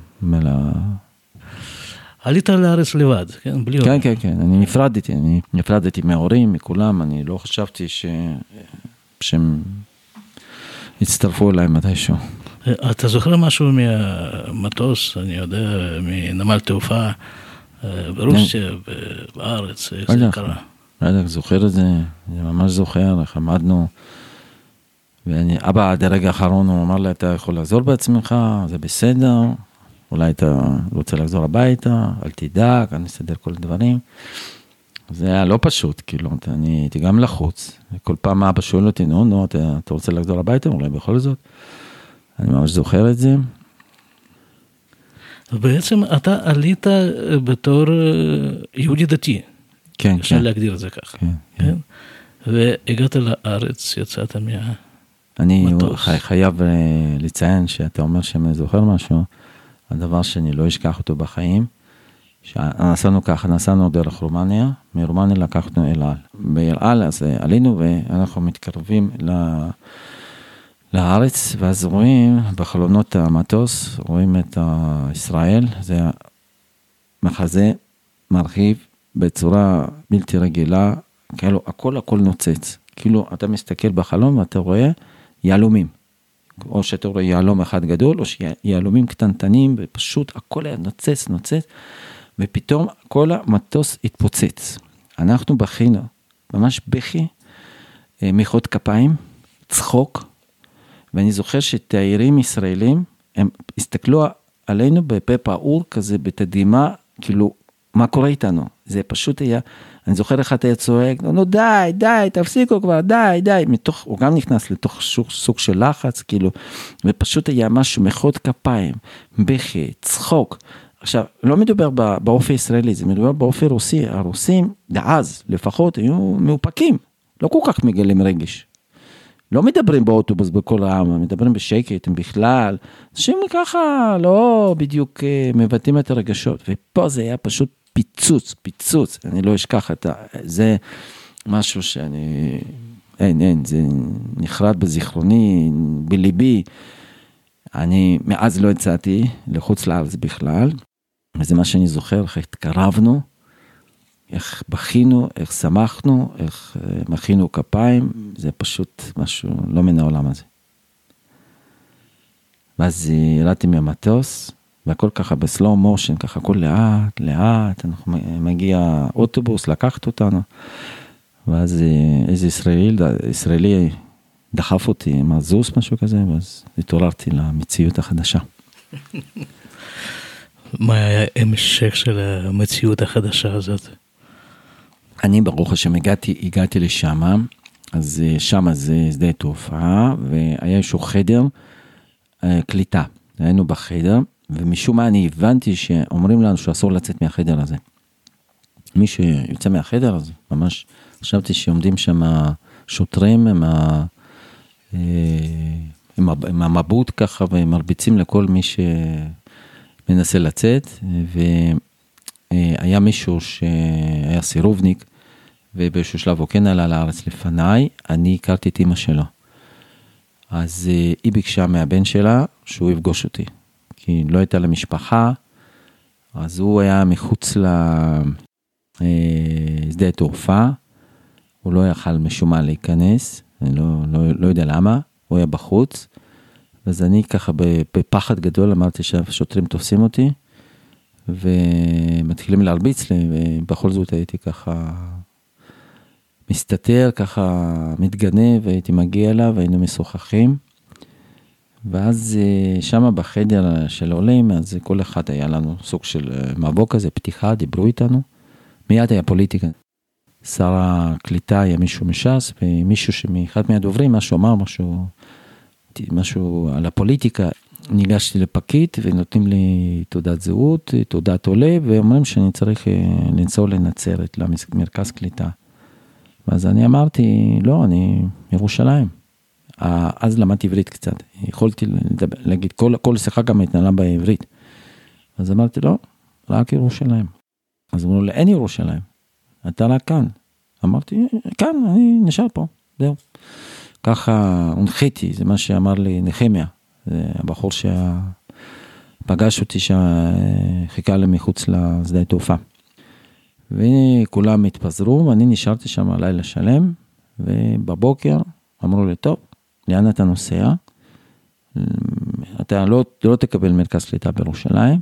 עלית לארץ לבד, כן? בלי כן, כן, כן, אני נפרדתי מההורים, מכולם, אני לא חשבתי שהם הצטרפו אליי מתישהו. אתה זוכר משהו מהמטוס, אני יודע, מנמל תעופה ברוסיה, בארץ, איך זה קרה? אני זוכר את זה, אני ממש זוכר, איך עמדנו, ואבא עד הרגע האחרון הוא אמר לי, אתה יכול לעזור בעצמך, זה בסדר, אולי אתה רוצה לחזור הביתה, אל תדאג, אני אסדר כל הדברים. זה היה לא פשוט, כאילו, אני הייתי גם לחוץ, וכל פעם אבא שואל אותי, נו, אתה רוצה לחזור הביתה, אולי בכל זאת, אני ממש זוכר את זה. ובעצם אתה עלית בתור יהודי דתי. כן, אפשר כן. להגדיר את זה ככה. כן, כן? והגעת לארץ, יצאת מהמטוס. אני חייב לציין שאתה אומר שאני זוכר משהו, הדבר שאני לא אשכח אותו בחיים, נסענו ככה, נסענו דרך רומניה, מרומניה לקחנו אל על. באל על אז עלינו ואנחנו מתקרבים לארץ, ואז רואים בחלונות המטוס, רואים את ישראל, זה מחזה מרחיב בצורה בלתי רגילה, כאילו הכל נוצץ, כאילו אתה מסתכל בחלון ואתה רואה יהלומים, או שאתה רואה יהלום אחד גדול, או שיהלומים קטנטנים, ופשוט הכל היה נוצץ, ופתאום כל המטוס התפוצץ. אנחנו בכינו, ממש בכי, מחיאות כפיים, צחוק, ואני זוכר שתיירים ישראלים, הם הסתכלו עלינו בפה פעור כזה, בתדהמה, כאילו, מה קורה איתנו? זה פשוט היה, אני זוכר איך אתה צועק, נו די, די, תפסיקו כבר, די, די, הוא גם נכנס לתוך סוג של לחץ, כאילו, ופשוט היה משהו, מחיאות כפיים, בכי, צחוק. עכשיו, לא מדובר באופי ישראלי, זה מדובר באופי רוסי, הרוסים, דאז, לפחות, היו מאופקים, לא כל כך מגלים רגש. לא מדברים באוטובוס בכל העם, מדברים בשקט, הם בכלל, אנשים ככה לא בדיוק מבטאים את הרגשות, ופה זה היה פשוט פיצוץ, אני לא אשכח את זה, משהו שאני, אין, זה נחרד בזיכרוני, בליבי, אני מאז לא יצאתי לחוץ לארץ בכלל, וזה מה שאני זוכר, איך התקרבנו, איך בכינו, איך שמחנו, איך מחינו כפיים, זה פשוט משהו לא מן העולם הזה. ואז ירדתי מהמטוס, והכל ככה בסלואו מושן, ככה הכל לאט, אנחנו מגיע אוטובוס, לקחת אותנו, ואז איזה ישראלי דחף אותי, מזוס משהו כזה, ואז התעוררתי למציאות החדשה. מה היה המשך של המציאות החדשה הזאת? אני ברוך השם הגעתי לשם, אז שם זה שדה תעופה, והיה איזשהו חדר קליטה, היינו בחדר, ומשום מה אני הבנתי שאומרים לנו שאסור לצאת מהחדר הזה. מי שיוצא מהחדר הזה, ממש חשבתי שעומדים שם שוטרים עם המבוט ככה, ומרביצים לכל מי שמנסה לצאת, והיה מישהו שהיה סירובניק, ובאיזשהו שלב הוא כן עלה לארץ לפניי, אני הכרתי את אמא שלו. אז היא ביקשה מהבן שלה שהוא יפגוש אותי, כי לא הייתה למשפחה, אז הוא היה מחוץ לשדה תעופה, הוא לא יכל משום מה להיכנס, אני לא יודע למה, הוא היה בחוץ, אז אני ככה בפחד גדול אמרתי שהשוטרים תופסים אותי, ומתחילים להרביץ לי, ובכל זאת הייתי ככה מסתתר, ככה מתגנב, והייתי מגיע אליו, והיינו משוחחים, ואז שם בחדר של העולים, אז כל אחד היה לנו סוג של מבוא כזה, פתיחה, דיברו איתנו, מיד היה פוליטיקה. שר הקליטה היה מישהו מש"ס, ומישהו מאחד מהדוברים, משהו אמר, משהו על הפוליטיקה, ניגשתי לפקיד, ונותנים לי תעודת זהות, תעודת עולה, ואומרים שאני צריך לנסוע לנצרת, למרכז קליטה. ואז אני אמרתי, לא, אני ירושלים. אז למדתי עברית קצת, יכולתי להגיד, כל שיחה גם התנהלה בעברית. אז אמרתי, לא, רק ירושלים. אז אמרו לי, אין ירושלים, אתה רק כאן. אמרתי, כאן, אני נשאר פה, זהו. ככה הונחיתי, זה מה שאמר לי נחמיה, זה הבחור שפגש אותי שחיכה לי מחוץ לשדה תעופה. וכולם התפזרו, ואני נשארתי שם לילה שלם, ובבוקר אמרו לי, טוב, לאן אתה נוסע? אתה לא תקבל מרכז קליטה בירושלים,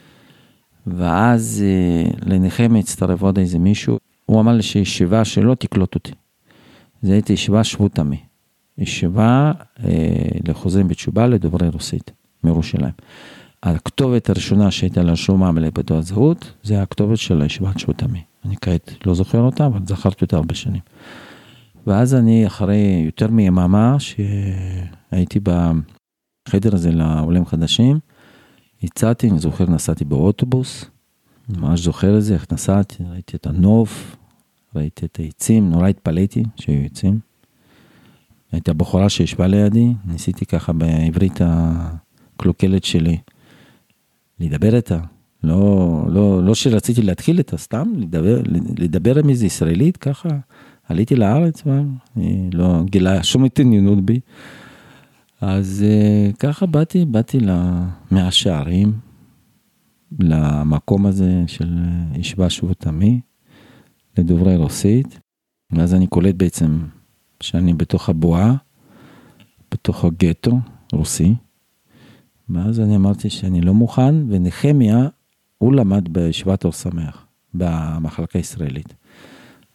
ואז לנחמיה הצטרף עוד איזה מישהו, הוא אמר לי שישיבה שלא תקלוט אותי. זה הייתה ישיבה שבות עמי. ישיבה לחוזרים בתשובה לדוברי רוסית, מירושלים. הכתובת הראשונה שהייתה לרשומה מלא בתעודת זהות, זה הכתובת של ישיבת שבות עמי. אני כעת לא זוכר אותה, אבל זכרתי אותה הרבה שנים. ואז אני אחרי יותר מיממה שהייתי בחדר הזה לעולים חדשים, יצאתי, אני זוכר, נסעתי באוטובוס, ממש זוכר את זה, איך נסעתי, ראיתי את הנוף, ראיתי את העצים, נורא התפלאתי שהיו עצים. הייתה בחורה שישבה לידי, ניסיתי ככה בעברית הקלוקלת שלי, לדבר איתה. לא שרציתי להתחיל איתה, סתם לדבר עם איזה ישראלית ככה. עליתי לארץ, היא לא גילה שום התעניינות בי. אז ככה באתי מהשערים, למקום הזה של ישיבה שבות עמי, לדוברי רוסית, ואז אני קולט בעצם שאני בתוך הבועה, בתוך הגטו רוסי, ואז אני אמרתי שאני לא מוכן, ונחמיה, הוא למד בישיבת אור שמח, במחלקה הישראלית.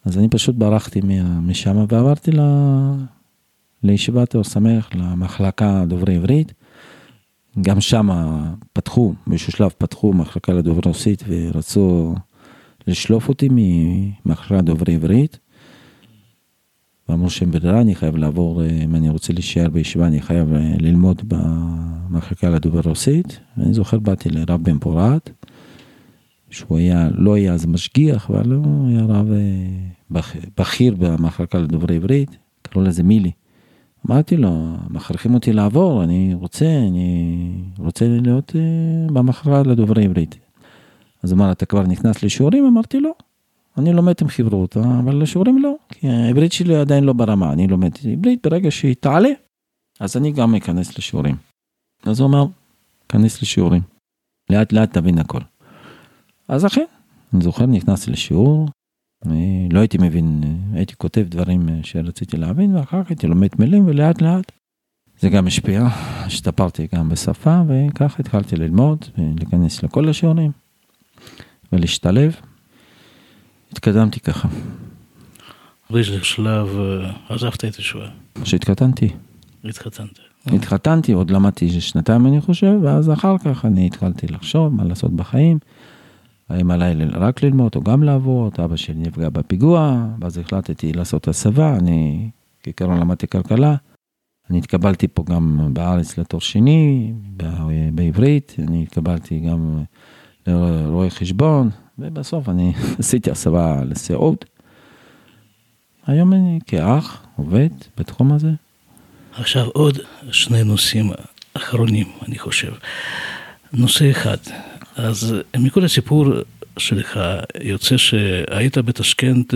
אז אני פשוט ברחתי משם, ועברתי לישיבת אור שמח, למחלקה דוברי עברית. גם שם פתחו, באיזשהו שלב פתחו מחלקה לדוברי רוסית, ורצו לשלוף אותי ממחלקה דוברי עברית. ואמרו שהם ברירה, אני חייב לעבור, אם אני רוצה להישאר בישיבה, אני חייב ללמוד במחלקה לדוברי רוסית. ואני זוכר, באתי לרב בן פורת, שהוא לא היה אז משגיח, אבל הוא היה רב בכיר במחלקה לדוברי עברית, קראו לזה מילי. אמרתי לו, מכריחים אותי לעבור, אני רוצה להיות במחלקה לדוברי עברית. אז הוא אמר, אתה כבר נכנס לשיעורים? אמרתי לו, אני לומד עם חברות, אבל לשיעורים לא, כי העברית שלי עדיין לא ברמה, אני לומד עברית, ברגע שהיא תעלה, אז אני גם אכנס לשיעורים. אז הוא אמר, כנס לשיעורים, לאט לאט תבין הכל. אז אחרי, אני זוכר, נכנסתי לשיעור, לא הייתי מבין, הייתי כותב דברים שרציתי להבין, ואחר כך הייתי לומד מילים, ולאט לאט זה גם השפיע, השתפרתי גם בשפה, וככה התחלתי ללמוד, ולהיכנס לכל השיעורים, ולהשתלב. התקדמתי ככה. באיזה שלב עזבת את הישועה? שהתחתנתי. התחתנתי, עוד למדתי 2 אני חושב, ואז אחר כך אני התחלתי לחשוב מה לעשות בחיים, האם עליי רק ללמוד או גם לעבוד, אבא שלי נפגע בפיגוע, ואז החלטתי לעשות הסבה, אני כעיקרון למדתי כלכלה, אני התקבלתי פה גם בארץ לתואר שני, בעברית, אני התקבלתי גם לרואי חשבון, ובסוף אני עשיתי הסבה לסיעוד. היום אני כאח עובד בתחום הזה. עכשיו עוד 2 נושאים אחרונים, אני חושב. נושא אחד, אז מכל הסיפור שלך יוצא שהיית בתשכנת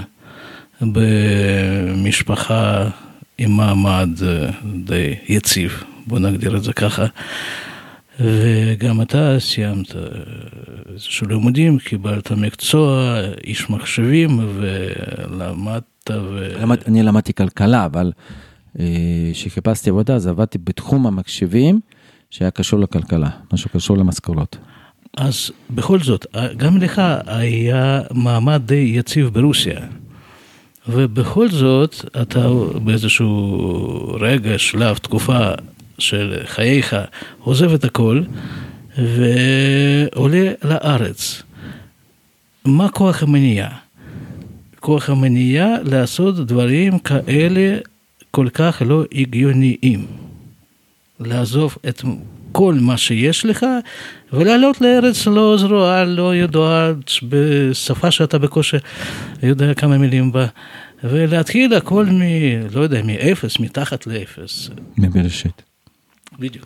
במשפחה עם מעמד די יציב, בוא נגדיר את זה ככה, וגם אתה סיימת איזשהו לימודים, קיבלת מקצוע, איש מחשבים, ולמדת אני למדתי כלכלה, אבל שחיפשתי עבודה, אז עבדתי בתחום המחשבים, שהיה קשור לכלכלה, משהו קשור למשכורות. אז בכל זאת, גם לך היה מעמד די יציב ברוסיה, ובכל זאת, אתה באיזשהו רגע, שלב, תקופה של חייך, עוזב את הכל, ועולה לארץ. מה כוח המניע? כוח המניע לעשות דברים כאלה כל כך לא הגיוניים. לעזוב את כל מה שיש לך, ולעלות לארץ לא זרועה, לא יודעת, בשפה שאתה בקושי יודע כמה מילים בה, ולהתחיל הכל לא יודע, מאפס, מתחת לאפס. מבראשית. בדיוק.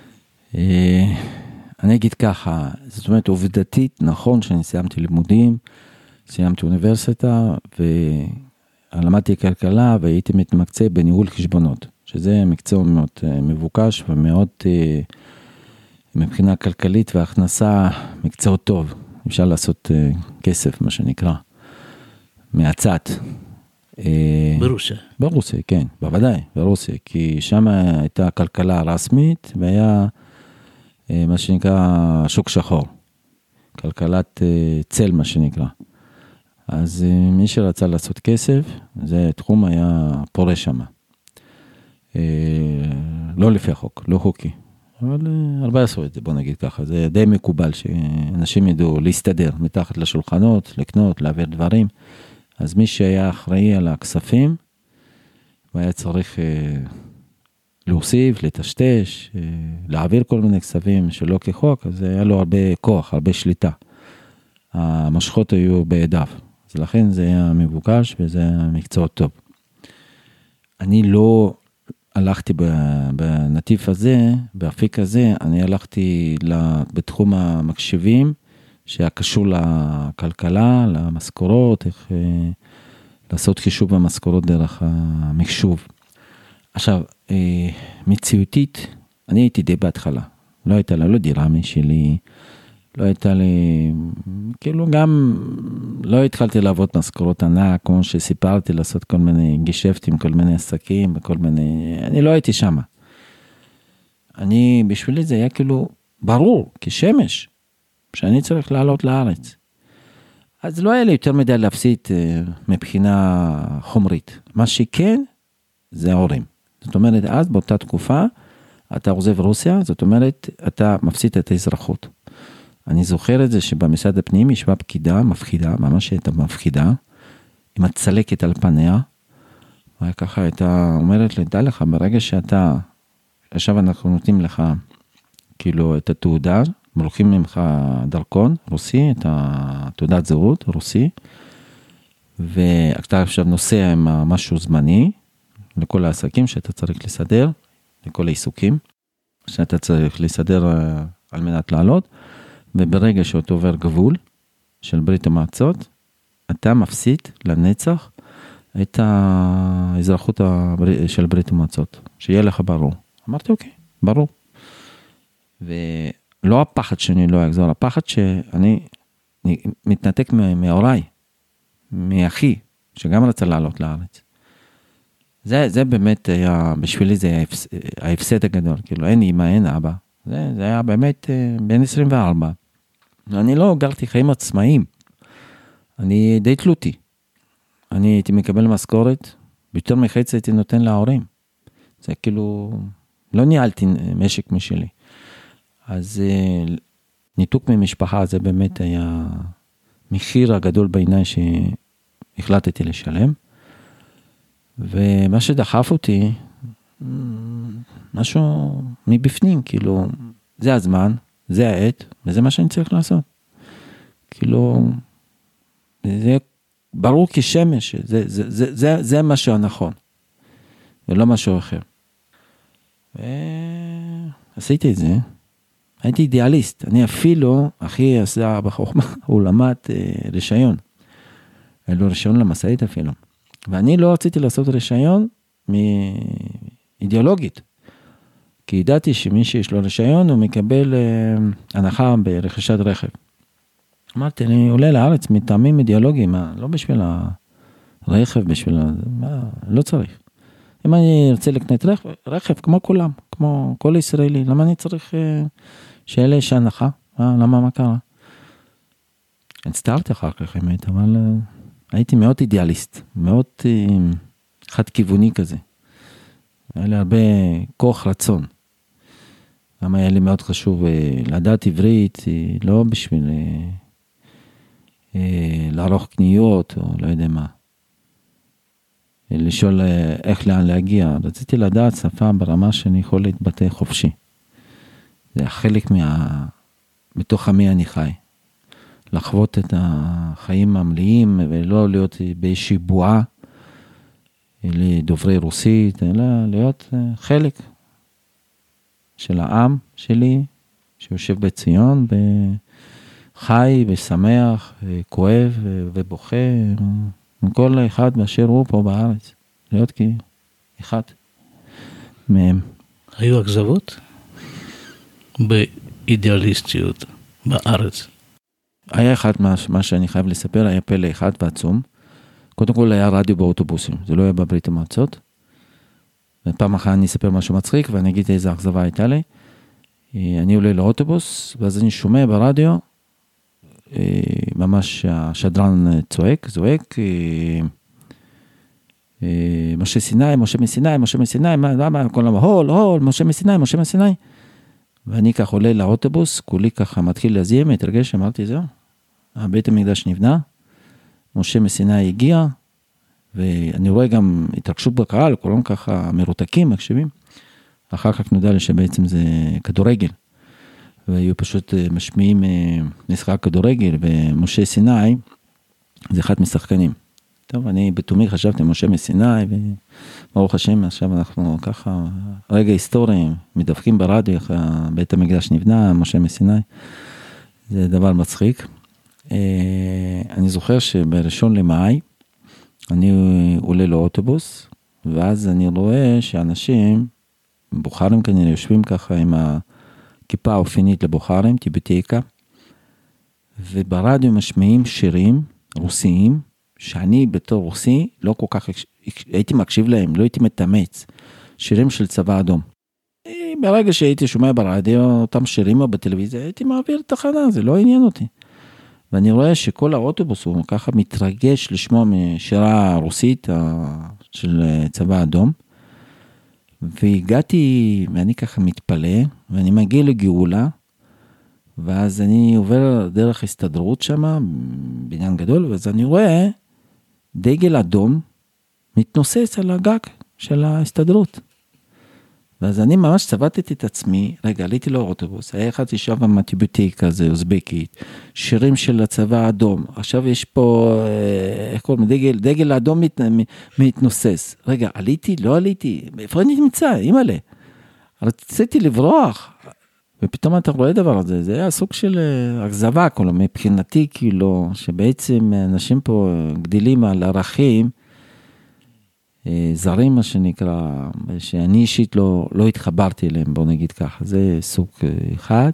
אני אגיד ככה, זאת אומרת, עובדתית, נכון שאני סיימתי לימודים, סיימתי אוניברסיטה, ולמדתי כלכלה, והייתי מתמקצע בניהול חשבונות, שזה מקצוע מאוד מבוקש, ומאוד מבחינה כלכלית והכנסה, מקצוע טוב. אפשר לעשות כסף, מה שנקרא, מהצד. ברוסיה. ברוסיה, כן, בוודאי, ברוסיה, כי שם הייתה כלכלה רסמית, והיה מה שנקרא שוק שחור, כלכלת צל, מה שנקרא. אז מי שרצה לעשות כסף, זה תחום היה פורה שם. לא לפי החוק, לא חוקי, אבל הרבה עשו את זה, בוא נגיד ככה, זה די מקובל שאנשים ידעו להסתדר מתחת לשולחנות, לקנות, להעביר דברים, אז מי שהיה אחראי על הכספים, והיה צריך להוסיף, לטשטש, להעביר כל מיני כספים שלא כחוק, אז היה לו הרבה כוח, הרבה שליטה. המשכות היו בידיו, אז לכן זה היה מבוקש, וזה היה מקצוע טוב. אני לא הלכתי בנתיב הזה, באפיק הזה, אני הלכתי בתחום המחשבים, שהיה קשור לכלכלה, למשכורות, איך לעשות חישוב המשכורות דרך המחשוב. עכשיו, מציאותית, אני הייתי די בהתחלה. לא הייתה לה, לא דירה משלי, לא הייתה לי, כאילו גם, לא התחלתי לעבוד משכורות ענק, כמו שסיפרתי, לעשות כל מיני גישפטים, כל מיני עסקים, וכל מיני, אני לא הייתי שם. בשבילי זה היה כאילו ברור, כשמש, שאני צריך לעלות לארץ. אז לא היה לי יותר מדי להפסיד מבחינה חומרית. מה שכן, זה ההורים. זאת אומרת, אז באותה תקופה, אתה עוזב רוסיה, זאת אומרת, אתה מפסיד את האזרחות. אני זוכר את זה שבמשרד הפנים ישבה פקידה, מפחידה, ממש הייתה מפחידה, עם הצלקת על פניה, וככה הייתה אומרת לי, דע לך, ברגע שאתה, עכשיו אנחנו נותנים לך, כאילו, את התעודה, מלוכים ממך דרכון רוסי, את התעודת זהות רוסי, ואתה עכשיו נוסע עם משהו זמני, לכל העסקים שאתה צריך לסדר, לכל העיסוקים, שאתה צריך לסדר על מנת לעלות, וברגע שאתה עובר גבול של ברית המועצות, אתה מפסיד לנצח את האזרחות של ברית המועצות, שיהיה לך ברור. אמרתי, אוקיי, ברור. ולא הפחד שאני לא אחזור, הפחד שאני מתנתק מהוריי, מאחי, שגם רצה לעלות לארץ. זה באמת היה, בשבילי זה ההפסד הגדול, כאילו אין אמא, אין אבא. זה היה באמת בין 24. אני לא גרתי חיים עצמאיים, אני די תלותי. אני הייתי מקבל משכורת, ביותר מחצי הייתי נותן להורים. זה כאילו, לא ניהלתי משק משלי. אז ניתוק ממשפחה, זה באמת היה מחיר הגדול בעיניי שהחלטתי לשלם. ומה שדחף אותי, משהו מבפנים, כאילו, זה הזמן, זה העת, וזה מה שאני צריך לעשות. כאילו, זה ברור כשמש, זה משהו הנכון, ולא משהו אחר. ועשיתי את זה, הייתי אידיאליסט, אני אפילו, אחי עשה בחוכמה, הוא למד רישיון, היה לו רישיון למשאית אפילו, ואני לא רציתי לעשות רישיון מאידיאולוגית, כי ידעתי שמי שיש לו רישיון, הוא מקבל הנחה ברכישת רכב. אמרתי, אני עולה לארץ מטעמים אידיאולוגיים, לא בשביל הרכב, לא צריך. אם אני ארצה לקנות רכב כמו כולם, כמו כל ישראלי, למה אני צריך שיהיה לי הנחה? למה, מה קרה? הצטערתי אחר כך, אבל הייתי מאוד אידיאליסט, מאוד חד כיווני כזה. היה לי הרבה כוח רצון. למה היה לי מאוד חשוב לדעת עברית, לא בשביל לערוך קניות, או לא יודע מה. לשאול איך לאן להגיע. רציתי לדעת שפה ברמה שאני יכול להתבטא חופשי. זה חלק מתוך עמי אני חי. לחוות את החיים המלאים, ולא להיות באיזושהי בועה, לדוברי רוסית, אלא להיות חלק של העם שלי, שיושב בציון, חי ושמח, כואב ובוכה, מכל אחד באשר הוא פה בארץ, להיות כאחד מהם. היו אכזבות באידיאליסטיות בארץ? היה אחד, מה שאני חייב לספר, היה פלא אחד ועצום. קודם כל היה רדיו באוטובוסים, זה לא היה בברית המועצות. ופעם אחת אני אספר משהו מצחיק, ואני אגיד איזה אכזבה הייתה לי. אני עולה לאוטובוס, ואז אני שומע ברדיו, ממש השדרן זועק, משה סיני, משה מסיני, משה מסיני, מה, כל הזמן, הול, משה מסיני, משה מסיני. ואני כך עולה לאוטובוס, כולי ככה מתחיל להזיע, מתרגש, אמרתי, זהו, בית המקדש נבנה, משה מסיני הגיע, ואני רואה גם התרגשות בקהל, כולם ככה מרותקים, מקשיבים. אחר כך נודע לי שבעצם זה כדורגל, והיו פשוט משמיעים משחק כדורגל, ומשה סיני זה אחד משחקנים. טוב, אני בתומי חשבתי משה מסיני, וברוך השם, עכשיו אנחנו ככה, רגע היסטורי, מדווחים ברדיו, בית המקדש נבנה, משה מסיני, זה דבר מצחיק. אני זוכר שבראשון למאי, אני עולה לאוטובוס, ואז אני רואה שאנשים, בוחרים כנראה יושבים ככה עם הכיפה האופינית לבוחרים, טיבטיקה, וברדיו משמיעים שירים רוסיים, שאני בתור רוסי לא כל כך הייתי מקשיב להם, לא הייתי מתאמץ, שירים של צבא אדום. ברגע שהייתי שומע ברדיו אותם שירים או בטלוויזיה, הייתי מעביר תחנה, זה לא עניין אותי. ואני רואה שכל האוטובוס הוא ככה מתרגש לשמוע משירה רוסית של צבא האדום, והגעתי, ואני ככה מתפלא, ואני מגיע לגאולה, ואז אני עובר דרך הסתדרות שם, בניין גדול, ואז אני רואה דגל אדום מתנוסס על הגג של ההסתדרות. ואז אני ממש צבטתי את עצמי, רגע, עליתי לאוטובוס, היה אחד ישב במטיבותי כזה, אוזבקית, שירים של הצבא האדום, עכשיו יש פה, איך קוראים, דגל האדום מתנוסס. רגע, עליתי, לא עליתי, איפה אני נמצא, אימא'לה? רציתי לברוח, ופתאום אתה רואה דבר הזה, זה היה סוג של אכזבה, כלומר, מבחינתי, כאילו, שבעצם אנשים פה גדילים על ערכים, זרים מה שנקרא, שאני אישית לא התחברתי אליהם, בוא נגיד ככה, זה סוג אחד.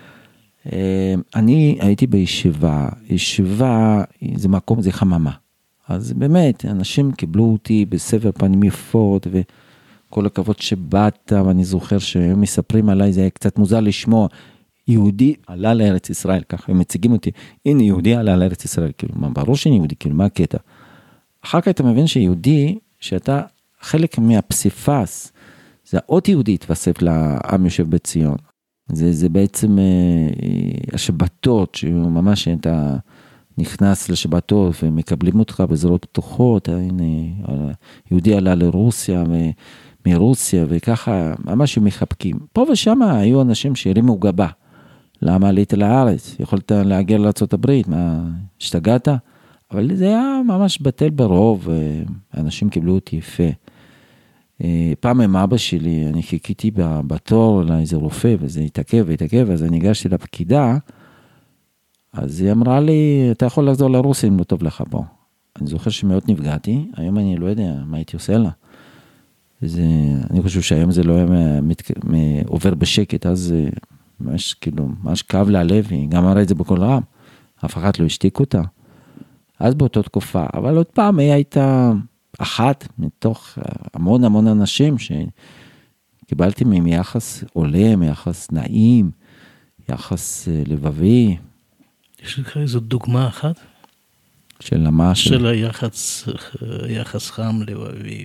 אני הייתי בישיבה, ישיבה זה מקום, זה חממה. אז באמת, אנשים קיבלו אותי בסבר פנים יפות, וכל הכבוד שבאת, ואני זוכר שהם מספרים עליי, זה היה קצת מוזר לשמוע, יהודי עלה לארץ ישראל, ככה הם מציגים אותי, הנה יהודי עלה לארץ ישראל, כאילו, ברור שאני יהודי, כאילו, מה הקטע? אחר כך אתה מבין שיהודי, שאתה חלק מהפסיפס, זה עוד יהודי התווסף לעם יושב בציון. זה בעצם השבתות, שממש אתה נכנס לשבתות ומקבלים אותך בזרועות פתוחות, הנה, יהודי עלה לרוסיה ומרוסיה וככה, ממש הם מחבקים. פה ושם היו אנשים שהרימו גבה. למה עלית לארץ? יכולת להגיע לארצות הברית, מה, השתגעת? אבל זה היה ממש בטל ברוב, אנשים קיבלו אותי יפה. פעם עם אבא שלי, אני חיכיתי בתור לאיזה רופא, וזה התעכב, אז אני הגשתי לפקידה, אז היא אמרה לי, אתה יכול לחזור לרוסיה אם לא טוב לך פה. אני זוכר שמאוד נפגעתי, היום אני לא יודע מה הייתי עושה לה. אני חושב שהיום זה לא היה עובר בשקט, אז ממש כאילו, ממש כאב לה הלב, היא גם אמרה את זה בכל רם, אף אחד לא השתיק אותה. אז באותה תקופה, אבל עוד פעם היא הייתה אחת מתוך המון אנשים שקיבלתי מהם יחס עולם, יחס נעים, יחס לבבי. יש לך איזו דוגמה אחת? של מה? של היחס חם לבבי.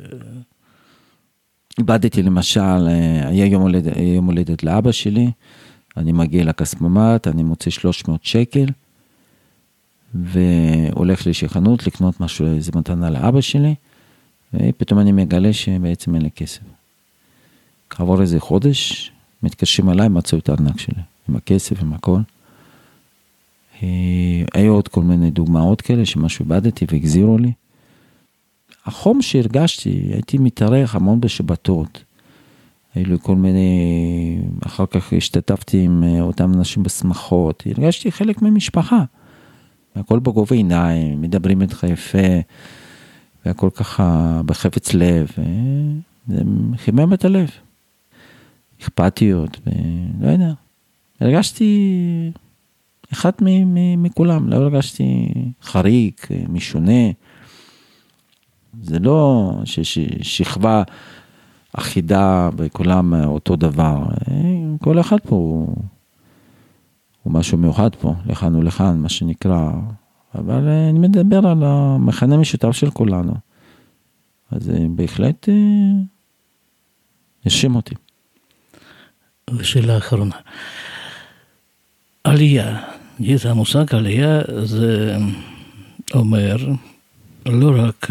איבדתי למשל, היה יום הולדת לאבא שלי, אני מגיע לכספומט, אני מוצא 300 שקל, והולך לשחנות לקנות משהו, איזה מתנה לאבא שלי, ופתאום אני מגלה שבעצם אין לי כסף. כעבור איזה חודש, מתקשרים עליי, מצאו את הארנק שלי, עם הכסף, עם הכל. היו עוד כל מיני דוגמאות כאלה, שמשהו איבדתי והגזירו לי. החום שהרגשתי, הייתי מתארח המון בשבתות. היו לי כל מיני, אחר כך השתתפתי עם אותם אנשים בשמחות, הרגשתי חלק ממשפחה. הכל בגובה עיניים, מדברים איתך יפה, והכל ככה בחפץ לב, זה חימם את הלב. אכפתיות, ולא יודע. הרגשתי אחד מכולם, לא הרגשתי חריג, משונה. זה לא ששכבה אחידה בכולם אותו דבר. כל אחד פה הוא משהו מיוחד פה, לכאן ולכאן, מה שנקרא. אבל אני מדבר על המכנה משותף של כולנו. אז בהחלט ישים אותי. ושאלה האחרונה. עלייה, המושג עלייה זה אומר לא רק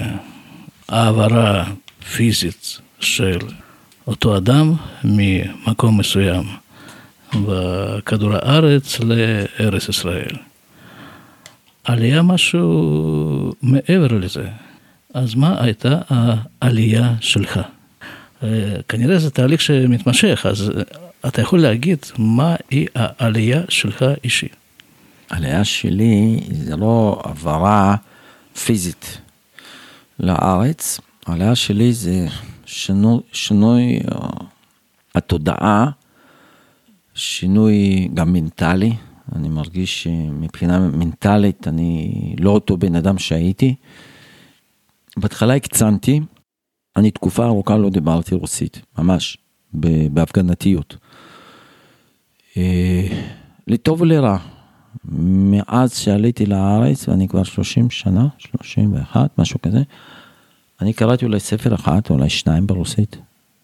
העברה פיזית של אותו אדם ממקום מסוים בכדור הארץ לארץ ישראל. עלייה משהו מעבר לזה. אז מה הייתה העלייה שלך? כנראה זה תהליך שמתמשך, אז אתה יכול להגיד מה היא העלייה שלך אישי. העלייה שלי זה לא עברה פיזית לארץ, העלייה שלי זה שינוי התודעה, שינוי גם מנטלי, אני מרגיש שמבחינה מנטלית אני לא אותו בן אדם שהייתי. בהתחלה הקצנתי, אני תקופה ארוכה לא דיברתי רוסית, ממש, בהפגנתיות. לטוב ולרע, מאז שעליתי לארץ, ואני כבר 30 שנה, 31, משהו כזה, אני קראתי אולי ספר אחד, אולי 2 ברוסית.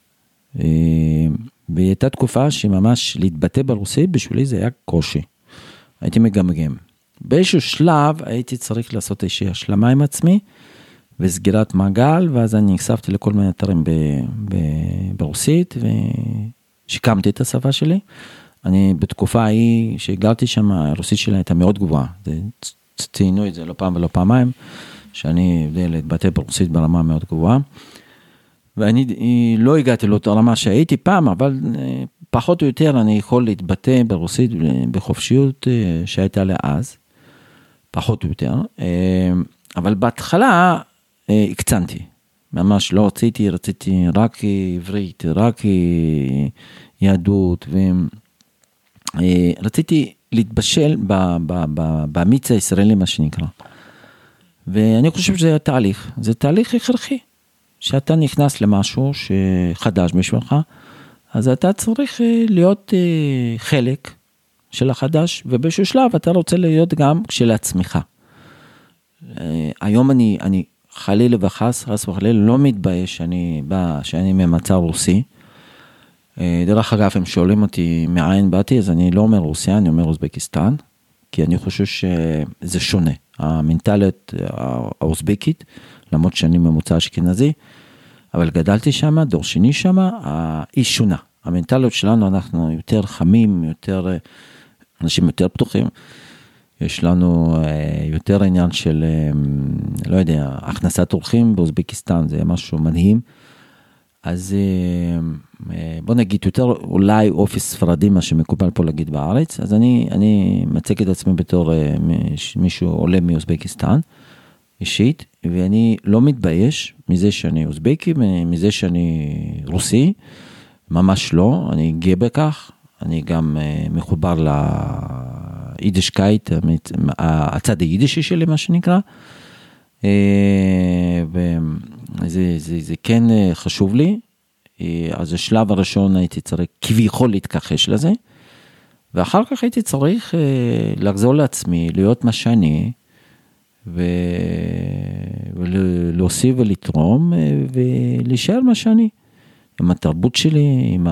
והייתה תקופה שממש להתבטא ברוסית, בשבילי זה היה קושי. הייתי מגמגם. באיזשהו שלב הייתי צריך לעשות איזושהי השלמה עם עצמי, וסגירת מעגל, ואז אני נחשפתי לכל מיני אתרים ברוסית, ושיקמתי את השפה שלי. אני בתקופה ההיא שהגרתי שם, הרוסית שלה הייתה מאוד גבוהה. ציינו את זה לא פעם ולא פעמיים, שאני יודע להתבטא ברוסית ברמה מאוד גבוהה. ואני לא הגעתי לאותה רמה שהייתי פעם, אבל פחות או יותר אני יכול להתבטא ברוסית בחופשיות שהייתה לאז, פחות או יותר. אבל בהתחלה הקצנתי, ממש לא רציתי רק עברית, רק יהדות, ורציתי להתבשל במיץ הישראלי, מה שנקרא. ואני חושב שזה תהליך, זה תהליך הכרחי, שאתה נכנס למשהו שחדש בשבילך, אז אתה צריך להיות חלק של החדש, ובאיזשהו שלב אתה רוצה להיות גם של עצמך. היום אני חלילה וחס, חס וחלילה, לא מתבייש שאני ממצא רוסי. דרך אגב, הם שואלים אותי מאין באתי, אז אני לא אומר רוסיה, אני אומר אוזבקיסטן, כי אני חושב שזה שונה. המנטליות האוזבקית, למרות שאני ממוצא אשכנזי, אבל גדלתי שם, דור שני שם, היא שונה. המנטליות שלנו, אנחנו יותר חמים, אנשים יותר פתוחים, יש לנו יותר עניין של, לא יודע, הכנסת אורחים באוזבקיסטן, זה משהו מדהים. אז בוא נגיד יותר אולי אופי ספרדי, מה שמקובל פה להגיד בארץ. אז אני מצג את עצמי בתור מישהו עולה מאוזבקיסטן, אישית, ואני לא מתבייש מזה שאני אוזבקי, מזה שאני רוסי, ממש לא, אני גאה בכך, אני גם מחובר ליידישקייט, הצד היידישי שלי, מה שנקרא, וזה כן חשוב לי. אז השלב הראשון הייתי צריך כביכול להתכחש לזה, ואחר כך הייתי צריך לחזור לעצמי, להיות מה שאני, ולהוסיף ולתרום, ולהישאר מה שאני, עם התרבות שלי, עם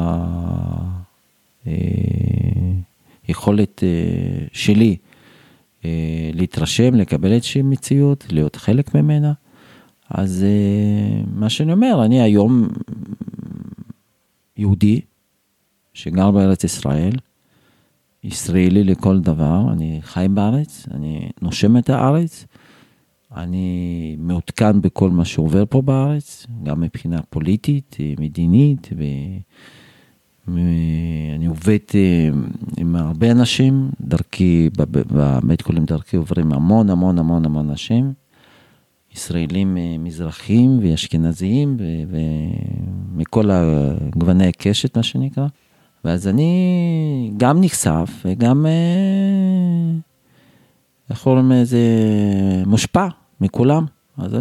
היכולת שלי, להתרשם, לקבל איזושהי מציאות, להיות חלק ממנה. אז מה שאני אומר, אני היום יהודי, שגר בארץ ישראל, ישראלי לכל דבר, אני חי בארץ, אני נושם את הארץ, אני מעודכן בכל מה שעובר פה בארץ, גם מבחינה פוליטית, מדינית, ואני עובד עם הרבה אנשים, דרכי, בבית חולים דרכי עוברים המון אנשים, ישראלים מזרחים ואשכנזיים, ומכל הגווני הקשת, מה שנקרא. ואז אני גם נחשף, וגם יכולים איזה מושפע מכולם. אז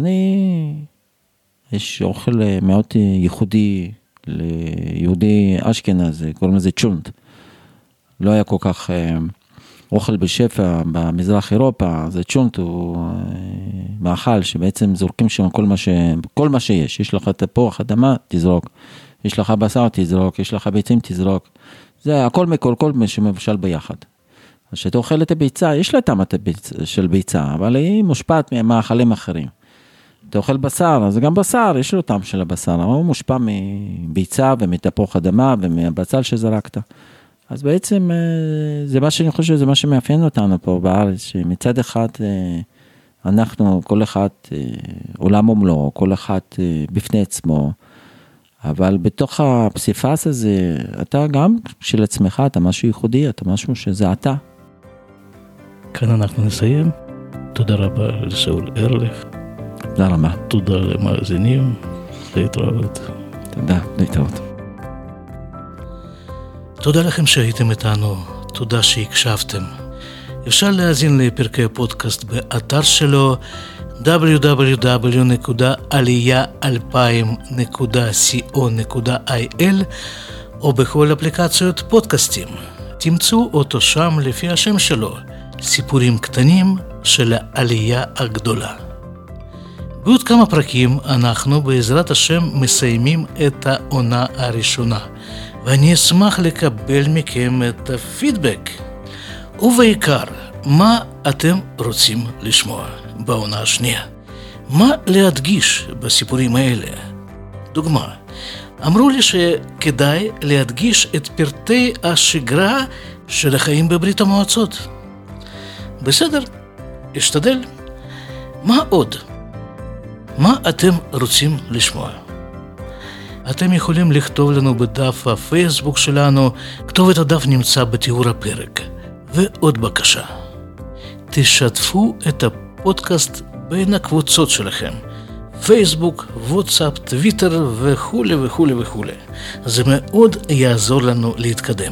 יש אוכל מאוד ייחודי ליהודי אשכנז, קוראים לזה צ'ונט. לא היה כל כך אוכל בשפע במזרח אירופה, זה צ'ונט, הוא מאכל שבעצם זורקים שם כל מה שיש. יש לך תפוח אדמה, תזרוק. יש לך בשר, תזרוק. יש לך ביצים, תזרוק. זה הכל מכל, כל מה שמבשל ביחד. אז שאתה אוכל את הביצה, יש לה טעם של ביצה, אבל היא מושפעת ממאכלים אחרים. אתה אוכל בשר, אז גם בשר, יש לו טעם של הבשר, אבל הוא מושפע מביצה ומתפוח אדמה ומהבצל שזרקת. אז בעצם זה מה שאני חושב, זה מה שמאפיין אותנו פה בארץ, שמצד אחד אנחנו, כל אחד עולם ומלואו, כל אחד בפני עצמו, אבל בתוך הפסיפס הזה, אתה גם של עצמך, אתה משהו ייחודי, אתה משהו שזה אתה. כאן אנחנו נסיים. תודה רבה לשאול ארליך. תודה רבה. תודה למאזינים. להתראות. תודה, להתראות. תודה לכם שהייתם איתנו, תודה שהקשבתם. אפשר להאזין לפרקי הפודקאסט באתר שלו www.aliyah2000.co.il או בכל אפליקציות פודקאסטים. תמצאו אותו שם לפי השם שלו, סיפורים קטנים של העלייה הגדולה. בעוד כמה פרקים אנחנו בעזרת השם מסיימים את העונה הראשונה, ואני אשמח לקבל מכם את הפידבק. ובעיקר, מה אתם רוצים לשמוע בעונה השנייה? מה להדגיש בסיפורים האלה? דוגמה, אמרו לי שכדאי להדגיש את פרטי השגרה של החיים בברית המועצות. בסדר, אשתדל. מה עוד? מה אתם רוצים לשמוע? אתם יכולים לכתוב לנו בדף הפייסבוק שלנו, כתובת הדף נמצא בתיאור הפרק. ועוד בקשה, תשתפו את הפודקאסט בין הקבוצות שלכם, פייסבוק, וואטסאפ, טוויטר וכו' וכו' וכו'. זה מאוד יעזור לנו להתקדם.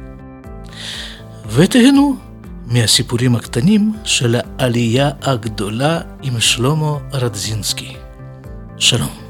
ותהנו מהסיפורים הקטנים של העלייה הגדולה עם שלמה רדזינסקי. שלום.